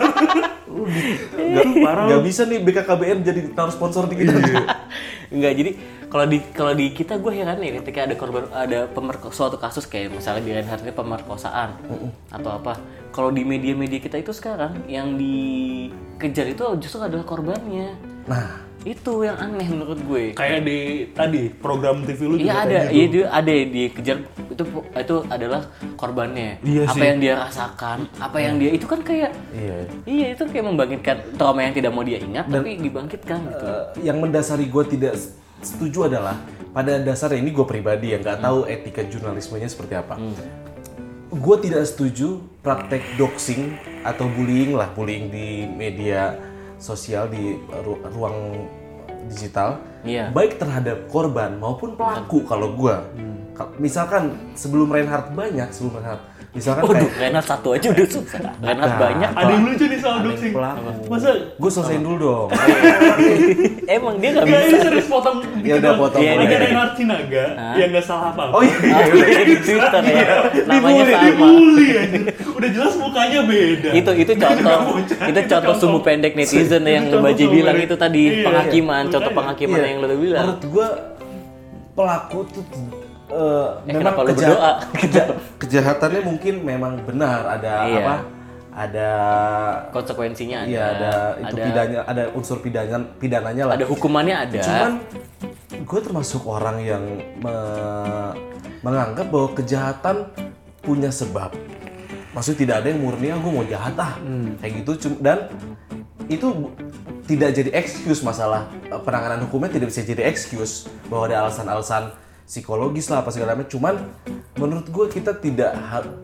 Speaker 3: Parah
Speaker 2: Gak bisa nih BKKBN jadi taruh sponsor di kita.
Speaker 1: Enggak, jadi kalau di kita gue heran nih ketika ada suatu kasus kayak misalnya di Reinhard ini pemerkosaan atau apa. Kalau di media-media kita itu sekarang yang dikejar itu justru adalah korbannya.
Speaker 2: Nah,
Speaker 1: itu yang aneh menurut gue.
Speaker 3: Kayak di tadi program TV lu
Speaker 1: Iya
Speaker 3: juga
Speaker 1: ada,
Speaker 3: kayak
Speaker 1: iya
Speaker 3: gitu.
Speaker 1: dia ada yang dikejar itu adalah korbannya.
Speaker 3: Iya
Speaker 1: apa
Speaker 3: sih.
Speaker 1: yang dia rasakan, apa yang dia itu kan kayak iya itu kayak membangkitkan trauma yang tidak mau dia ingat tapi dibangkitkan gitu.
Speaker 2: yang mendasari gue tidak setuju adalah pada dasarnya ini gue pribadi yang nggak tahu etika jurnalismenya seperti apa. Gue tidak setuju praktek doxing atau bullying di media sosial di ruang digital, baik terhadap korban maupun pelaku. Kalau gue, misalkan sebelum Reinhard, misalkan
Speaker 1: Reinhard satu aja udah susah. Reinhard banyak.
Speaker 3: Ada yang lucu nih soal doxing.
Speaker 2: pelaku.
Speaker 3: Masa
Speaker 2: Gue selesaiin dulu dong.
Speaker 1: Emang dia nggak
Speaker 3: Enggak,
Speaker 1: bisa.
Speaker 3: ini serius potong dikit
Speaker 2: Ya udah,
Speaker 3: dong.
Speaker 2: potong.
Speaker 3: Ada
Speaker 1: Iya.
Speaker 3: Reinhard Sinaga yang nggak salah apa-apa.
Speaker 2: Oh iya.
Speaker 1: Di Twitter ya. Namanya sama.
Speaker 3: Dibully aja. Udah jelas mukanya beda.
Speaker 1: Itu contoh sumbu pendek netizen yang
Speaker 3: Contoh
Speaker 1: Baji
Speaker 3: sumbu
Speaker 1: bilang
Speaker 3: pendek.
Speaker 1: itu tadi
Speaker 3: Iya,
Speaker 1: penhakiman,
Speaker 3: iya.
Speaker 1: contoh penghakiman
Speaker 2: Iya.
Speaker 1: yang lo udah bilang.
Speaker 2: Menurut gue pelaku tuh memang
Speaker 1: kenapa lu berdoa?
Speaker 2: kejahatannya mungkin memang benar, ada
Speaker 1: Iya.
Speaker 2: ada
Speaker 1: Konsekuensinya ada.
Speaker 2: iya, ada pidana, ada unsur pidananya lah.
Speaker 1: Ada hukumannya ada.
Speaker 2: Cuman gue termasuk orang yang menganggap bahwa kejahatan punya sebab. Maksudnya tidak ada yang murni, gue mau jahat kayak gitu. Dan itu tidak jadi excuse, masalah penanganan hukumnya tidak bisa jadi excuse bahwa ada alasan-alasan psikologis lah apa segala macam. Cuman menurut gue kita tidak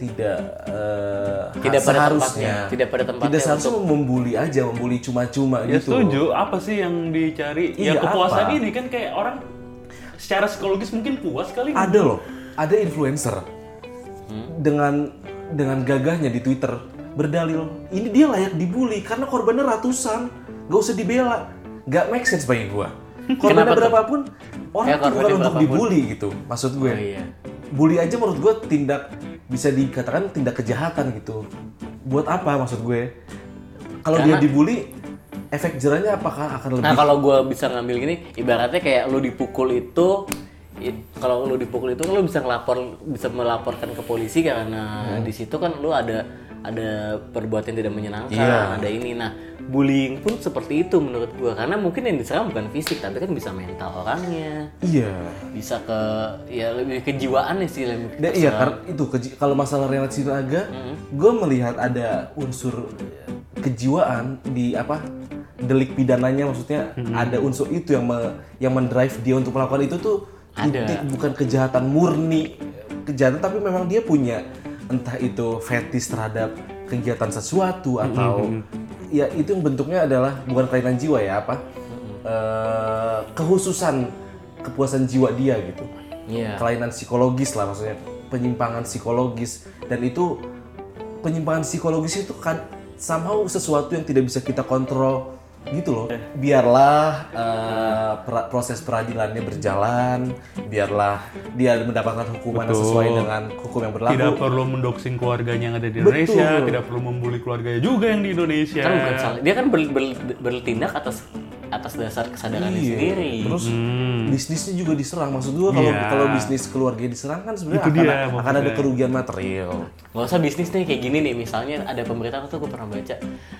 Speaker 1: pada tempatnya. Tidak pada tempatnya
Speaker 2: tidak seharusnya membuli aja, membuli cuma-cuma
Speaker 3: Ya
Speaker 2: gitu.
Speaker 3: setuju, apa sih yang dicari?
Speaker 2: Iya,
Speaker 3: Ya kepuasan
Speaker 2: apa?
Speaker 3: ini kan kayak orang secara psikologis mungkin puas kali.
Speaker 2: Ada loh, ada influencer dengan gagahnya di Twitter berdalil ini dia layak dibully karena korbannya ratusan, gak usah dibela. Gak make sense bagi gua. Korbannya berapapun, orang
Speaker 1: Ya,
Speaker 2: itu bukan
Speaker 1: korbannya
Speaker 2: untuk
Speaker 1: berapapun.
Speaker 2: dibully gitu. Maksud gue,
Speaker 1: Oh, iya.
Speaker 2: bully aja menurut gue bisa dikatakan tindak kejahatan gitu. Buat apa maksud gue? Kalau dia dibully, efek jerahnya apakah akan lebih?
Speaker 1: Nah, kalau gue bisa ngambil gini, ibaratnya kayak lu dipukul itu, kalau lu dipukul itu lu bisa melaporkan ke polisi karena di situ kan lu ada perbuatan tidak menyenangkan,
Speaker 2: Iya.
Speaker 1: ada ini. Nah, bullying pun seperti itu menurut gue, karena mungkin yang diserang bukan fisik, tapi kan bisa mental orangnya,
Speaker 2: Iya.
Speaker 1: bisa ke ya lebih kejiwaannya sih lebih.
Speaker 2: Iya, karena itu kalau masalah Renat Sinaga, gue melihat ada unsur kejiwaan di delik pidananya, maksudnya ada unsur itu yang mendrive dia untuk melakukan itu tuh.
Speaker 1: Ada.
Speaker 2: Bukan kejahatan murni kejahatan, tapi memang dia punya entah itu fetish terhadap kegiatan sesuatu atau ya itu yang bentuknya adalah bukan kelainan jiwa ya kehususan kepuasan jiwa dia gitu.
Speaker 1: Iya.
Speaker 2: Kelainan psikologis lah, maksudnya penyimpangan psikologis, dan itu penyimpangan psikologis itu kan somehow sesuatu yang tidak bisa kita kontrol gitu loh. Biarlah proses peradilannya berjalan, biarlah dia mendapatkan hukuman yang sesuai dengan hukum yang berlaku.
Speaker 3: Tidak perlu mendoxing keluarganya yang ada di Indonesia,
Speaker 2: Betul.
Speaker 3: tidak perlu membuli keluarganya juga yang di Indonesia.
Speaker 1: Kan bukan salah. Dia kan bertindak atas dasar kesadarannya sendiri.
Speaker 2: Terus bisnisnya juga diserang. Maksud gua
Speaker 3: Iya.
Speaker 2: kalau bisnis keluarga diserang kan
Speaker 3: Itu
Speaker 2: sebenarnya
Speaker 3: dia,
Speaker 2: akan ada
Speaker 3: maksudnya.
Speaker 2: kerugian material.
Speaker 1: Nggak usah bisnis nih kayak gini nih, misalnya ada pemberitaan tuh gue pernah baca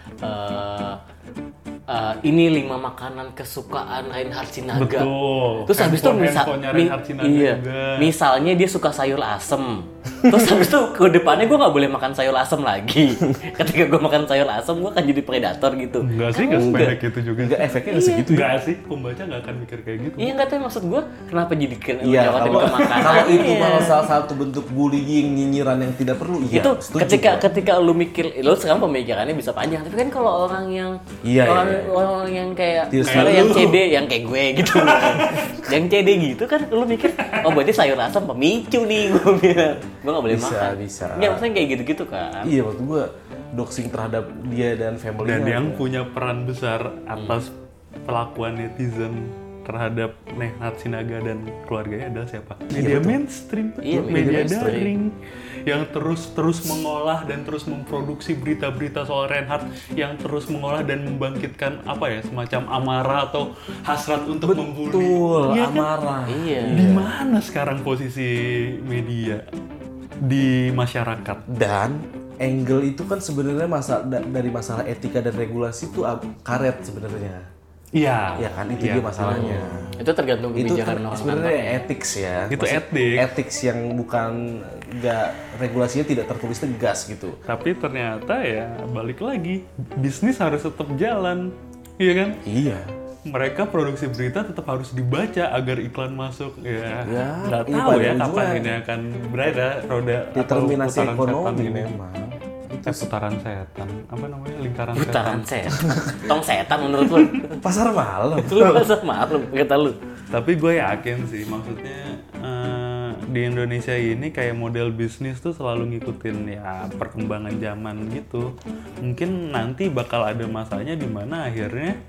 Speaker 1: ini 5 makanan kesukaan Reinhard Sinaga.
Speaker 3: Betul.
Speaker 1: Terus habis itu
Speaker 3: Handphone-nya Reinhard Sinaga juga.
Speaker 1: misalnya dia suka sayur asem. Terus habis itu ke depannya gue nggak boleh makan sayur asem lagi. Ketika gue makan sayur asem gue akan jadi predator gitu.
Speaker 3: Enggak sih, enggak sependek itu juga.
Speaker 2: Enggak, efeknya nggak segitu ya.
Speaker 3: Enggak sih, pembaca enggak akan mikir kayak gitu.
Speaker 1: Iya nggak tahu maksud gue kenapa jadi
Speaker 2: Iya,
Speaker 1: nyerotin
Speaker 2: kalau
Speaker 1: ke makanan.
Speaker 2: kalau itu
Speaker 1: Iya.
Speaker 2: malah salah satu bentuk bullying, nyinyiran yang tidak perlu. Iya,
Speaker 1: Itu
Speaker 2: setuju
Speaker 1: ketika lu mikir, lu sekarang pemikirannya bisa panjang, tapi kan kalau orang yang
Speaker 2: Iya,
Speaker 1: orang yang kayak
Speaker 2: Tidak
Speaker 1: misalnya
Speaker 3: selalu.
Speaker 1: yang CD yang kayak gue gitu, yang CD gitu kan lu mikir, oh berarti sayur asam pemicu nih, gue bilang, gue nggak boleh
Speaker 2: Bisa,
Speaker 1: makan.
Speaker 2: bisa.
Speaker 1: Ya maksudnya kayak gitu-gitu kan.
Speaker 2: Iya, waktu gue doxing terhadap dia dan family.
Speaker 3: Dan yang punya peran besar atas pelakuan netizen terhadap Reinhard Sinaga dan keluarganya adalah siapa? Media mainstream,
Speaker 1: Iya,
Speaker 3: media
Speaker 1: media mainstream.
Speaker 3: daring yang terus mengolah dan terus memproduksi berita-berita soal Reinhard, yang terus mengolah dan membangkitkan semacam amarah atau hasrat untuk membuli.
Speaker 2: Betul,
Speaker 3: Iya kan?
Speaker 2: amarah.
Speaker 1: Iya.
Speaker 3: Di mana sekarang posisi media di masyarakat?
Speaker 2: Dan angle itu kan sebenarnya dari masalah etika dan regulasi itu karet sebenarnya.
Speaker 3: Iya.
Speaker 2: Ya kan, itu dia masalahnya.
Speaker 1: Itu tergantung
Speaker 2: Itu
Speaker 1: kebijakan orang
Speaker 2: sebenarnya
Speaker 1: kantor.
Speaker 2: ethics ya.
Speaker 3: Itu
Speaker 2: Maksud-
Speaker 3: etik.
Speaker 2: Ethics yang bukan regulasinya tidak tertulis tegas gitu.
Speaker 3: Tapi ternyata ya balik lagi, bisnis harus tetap jalan, iya kan?
Speaker 2: Iya.
Speaker 3: Mereka produksi berita tetap harus dibaca agar iklan masuk. Ya,
Speaker 2: Ya,
Speaker 3: nggak
Speaker 2: iya,
Speaker 3: tahu
Speaker 2: pada
Speaker 3: ya
Speaker 2: ujungnya
Speaker 3: kapan ini akan berada roda atau
Speaker 2: Determinasi
Speaker 3: putaran setan
Speaker 2: ekonomi
Speaker 3: ini.
Speaker 2: memang.
Speaker 3: Putaran setan, apa namanya, lingkaran
Speaker 1: Putaran
Speaker 3: setan.
Speaker 1: setan. Tong setan menurut lu.
Speaker 2: Pasar malam.
Speaker 1: Lu masa maklum kata lu.
Speaker 3: Tapi gue yakin sih, maksudnya di Indonesia ini kayak model bisnis tuh selalu ngikutin ya perkembangan zaman gitu. Mungkin nanti bakal ada masanya di mana akhirnya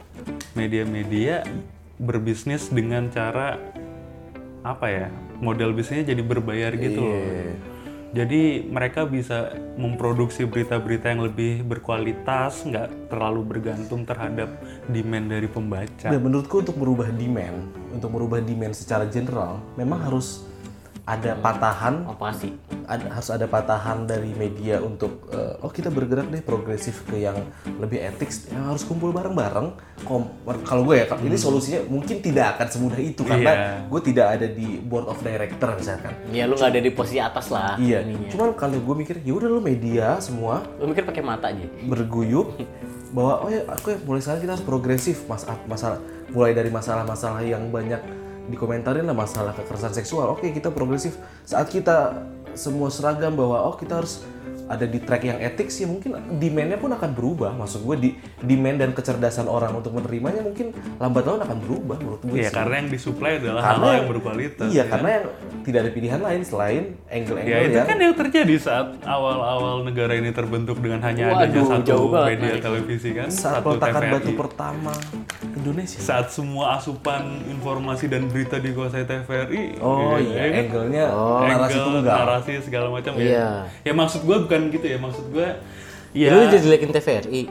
Speaker 3: media-media berbisnis dengan cara model bisnisnya jadi berbayar gitu loh. Jadi mereka bisa memproduksi berita-berita yang lebih berkualitas, nggak terlalu bergantung terhadap demand dari pembaca.
Speaker 2: Dan menurutku untuk merubah demand secara general, memang harus ada patahan,
Speaker 1: Operasi.
Speaker 2: harus ada patahan dari media untuk kita bergerak deh progresif ke yang lebih etis, yang harus kumpul bareng-bareng. Kalau gue ya, ini solusinya mungkin tidak akan semudah itu karena gue tidak ada di board of director misalkan.
Speaker 1: Ya lu nggak ada di posisi atas lah.
Speaker 2: Iya.
Speaker 1: ininya.
Speaker 2: Cuman kalau gue mikir, ya udah lo media semua
Speaker 1: Lu mikir pakai mata aja.
Speaker 2: berguyup bahwa mulai sekarang kita harus progresif, masalah mulai dari masalah-masalah yang banyak dikomentarin lah, masalah kekerasan seksual. Oke, kita progresif saat kita semua seragam bahwa kita harus ada di track yang etik sih, mungkin demand-nya pun akan berubah. Maksud gue di demand dan kecerdasan orang untuk menerimanya mungkin lambat laun akan berubah menurut gue.
Speaker 3: Iya,
Speaker 2: sih.
Speaker 3: karena yang disuplai adalah hal yang berkualitas.
Speaker 2: Iya, karena yang tidak ada pilihan lain selain angle-angle
Speaker 3: Ya itu
Speaker 2: yang
Speaker 3: kan yang terjadi saat awal-awal negara ini terbentuk dengan hanya adanya
Speaker 1: Waduh,
Speaker 3: satu
Speaker 1: jauh banget,
Speaker 3: media
Speaker 1: Mari.
Speaker 3: televisi kan,
Speaker 2: saat
Speaker 3: satu
Speaker 2: peletakan
Speaker 3: TVRI.
Speaker 2: batu pertama Indonesia.
Speaker 3: Saat semua asupan informasi dan berita dikuasai TVRI.
Speaker 2: Oh
Speaker 3: ya
Speaker 2: iya,
Speaker 3: kan?
Speaker 2: angle-nya narasi
Speaker 3: Angle,
Speaker 2: tunggal.
Speaker 3: narasi segala macam
Speaker 1: Iya.
Speaker 3: ya. Ya maksud gue bukan gitu ya, maksud gue
Speaker 1: Ya. Lu jelekin TVRI.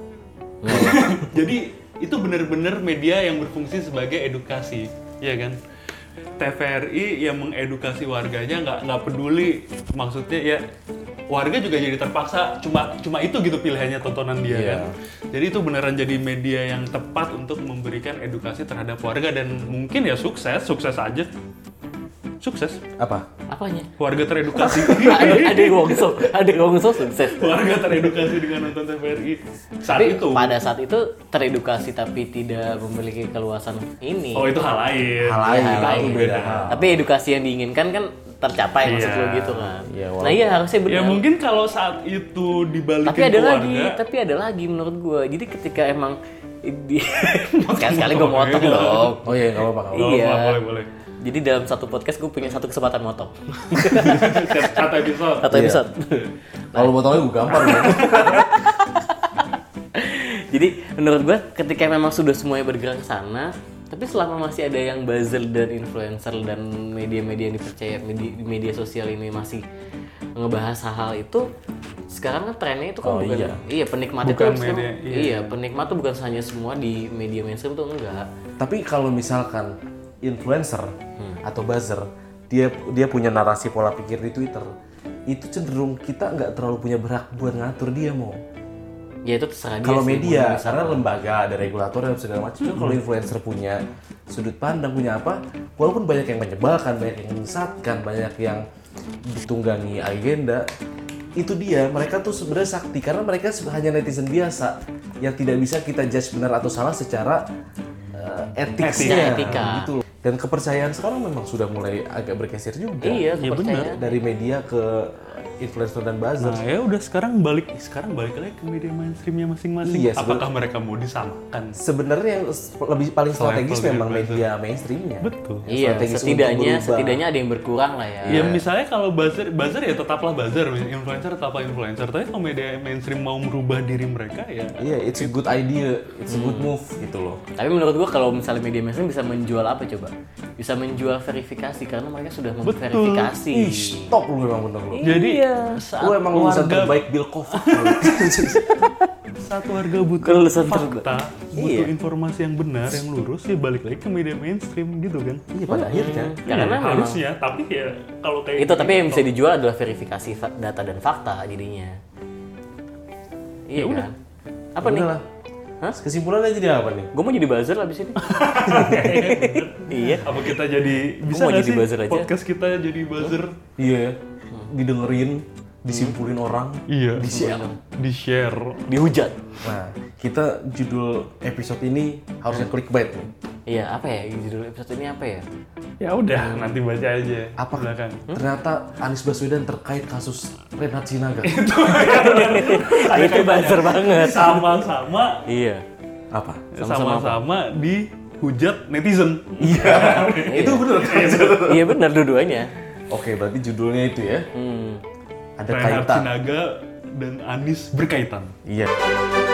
Speaker 3: jadi itu benar-benar media yang berfungsi sebagai edukasi, ya kan? TVRI yang mengedukasi warganya nggak peduli, maksudnya ya warga juga jadi terpaksa cuma itu gitu pilihannya tontonan dia
Speaker 2: Iya.
Speaker 3: kan. Jadi itu beneran jadi media yang tepat untuk memberikan edukasi terhadap warga dan mungkin ya sukses aja. Sukses.
Speaker 2: Apa?
Speaker 1: Apanya?
Speaker 3: Warga teredukasi.
Speaker 1: ada Wongso sukses.
Speaker 3: Warga teredukasi dengan nonton TVRI saat
Speaker 1: Tapi
Speaker 3: itu.
Speaker 1: pada saat itu teredukasi tapi tidak memiliki keluasan ini.
Speaker 3: Oh itu hal lain.
Speaker 2: Hal lain,
Speaker 1: hal lain.
Speaker 2: itu beda hal.
Speaker 1: Tapi edukasi yang diinginkan kan tercapai maksud
Speaker 3: Iya.
Speaker 1: lo gitu kan.
Speaker 2: Iya,
Speaker 1: Nah iya harusnya benar.
Speaker 3: Ya mungkin kalau saat itu dibalikin
Speaker 1: tapi ada
Speaker 3: ke
Speaker 1: lagi,
Speaker 3: warga,
Speaker 1: tapi ada lagi menurut gua. Jadi ketika emang sekali-sekali gua motong dong.
Speaker 2: Oh iya, nggak apa-apa.
Speaker 1: Iya.
Speaker 3: boleh.
Speaker 1: Jadi dalam satu podcast gue punya satu kesempatan motong.
Speaker 3: Satu episode.
Speaker 1: Satu episode.
Speaker 2: Kalau motongnya gue gampar ya.
Speaker 1: Jadi menurut gue ketika memang sudah semuanya bergerak ke sana, tapi selama masih ada yang buzzer dan influencer dan media-media yang dipercaya media sosial ini masih ngebahas hal itu, sekarang kan trennya itu kan bukan penikmatnya
Speaker 3: Bukan
Speaker 1: tuh sekarang-
Speaker 3: media,
Speaker 1: iya penikmat tuh bukan hanya semua di media mainstream tuh enggak.
Speaker 2: Tapi kalau misalkan influencer atau buzzer, dia punya narasi pola pikir di Twitter, itu cenderung kita nggak terlalu punya berhak buat ngatur dia mau.
Speaker 1: Ya itu terserah dia
Speaker 2: Kalau
Speaker 1: sih,
Speaker 2: media,
Speaker 1: mau nulis
Speaker 2: karena
Speaker 1: apa.
Speaker 2: lembaga ada regulator dan segala macam. Kalau influencer punya sudut pandang, punya apa, walaupun banyak yang menyebalkan, banyak yang menyesatkan, banyak yang ditunggangi agenda, itu dia, mereka tuh sebenarnya sakti karena mereka hanya netizen biasa yang tidak bisa kita judge benar atau salah secara etiknya,
Speaker 1: Etika.
Speaker 2: gitu. Dan kepercayaan sekarang memang sudah mulai agak bergeser juga.
Speaker 1: Iya,
Speaker 3: Iya,
Speaker 1: kepercayaan.
Speaker 2: Dari media ke influencer dan buzzer.
Speaker 3: Nah ya udah sekarang balik lagi ke media mainstreamnya masing-masing.
Speaker 2: Iya,
Speaker 3: Apakah mereka mau disamakan?
Speaker 2: Sebenarnya yang paling strategis
Speaker 3: Selevel
Speaker 2: memang
Speaker 3: buzzer.
Speaker 2: media mainstreamnya.
Speaker 3: Betul.
Speaker 2: Yang
Speaker 1: Iya,
Speaker 2: strategis untuk berubah.
Speaker 1: setidaknya ada yang berkurang lah ya.
Speaker 3: Ya misalnya kalau buzzer ya tetaplah buzzer, influencer tetaplah influencer. Tapi kalau media mainstream mau merubah diri mereka ya
Speaker 2: Iya, it's a good idea, it's a good move gitu loh.
Speaker 1: Tapi menurut gua kalau misalnya media mainstream bisa menjual apa coba? Bisa menjual verifikasi karena mereka sudah memverifikasi.
Speaker 2: Ih, stop lu memang bener lu.
Speaker 3: Jadi
Speaker 1: Iya.
Speaker 3: saat
Speaker 2: Lu emang lulusan
Speaker 3: warga
Speaker 2: terbaik Bill Kovac.
Speaker 3: saat warga butuh
Speaker 1: Kelulusan
Speaker 3: fakta, butuh
Speaker 1: Iya.
Speaker 3: informasi yang benar, yang lurus, ya balik lagi ke media mainstream gitu kan.
Speaker 2: Iya, pada akhirnya.
Speaker 1: Karena
Speaker 3: Iya,
Speaker 1: memang
Speaker 3: harusnya, tapi ya kalau kayak
Speaker 1: itu tapi yang bisa dijual adalah verifikasi data dan fakta jadinya. Iya kan? Apa nih?
Speaker 2: Udahlah.
Speaker 1: Hah?
Speaker 2: Kesimpulannya jadi apa nih?
Speaker 1: Gue mau jadi buzzer abis ini. Iya.
Speaker 3: apa kita jadi bisa
Speaker 1: mau
Speaker 3: nggak
Speaker 1: jadi
Speaker 3: sih
Speaker 1: buzzer aja.
Speaker 3: podcast kita jadi buzzer?
Speaker 2: Iya, didengerin, disimpulin orang,
Speaker 3: Iya.
Speaker 2: di-share.
Speaker 3: Di share.
Speaker 1: Dihujat.
Speaker 2: Nah, kita judul episode ini harusnya clickbait nih.
Speaker 1: Iya, apa ya? Judul episode ini apa ya?
Speaker 3: Ya udah, nanti baca aja.
Speaker 2: Apa?
Speaker 3: Belakang.
Speaker 2: Ternyata Anies Baswedan terkait kasus Renat Sinaga.
Speaker 1: Itu buzzer banget.
Speaker 3: Sama-sama
Speaker 1: Iya.
Speaker 2: Apa?
Speaker 3: sama-sama dihujat netizen.
Speaker 2: Iya, itu bener.
Speaker 1: Iya benar dua-duanya.
Speaker 2: Oke, berarti judulnya itu ya. Ada
Speaker 3: Reinhard
Speaker 2: kaitan.
Speaker 3: Sinaga dan Anies berkaitan.
Speaker 2: Iya.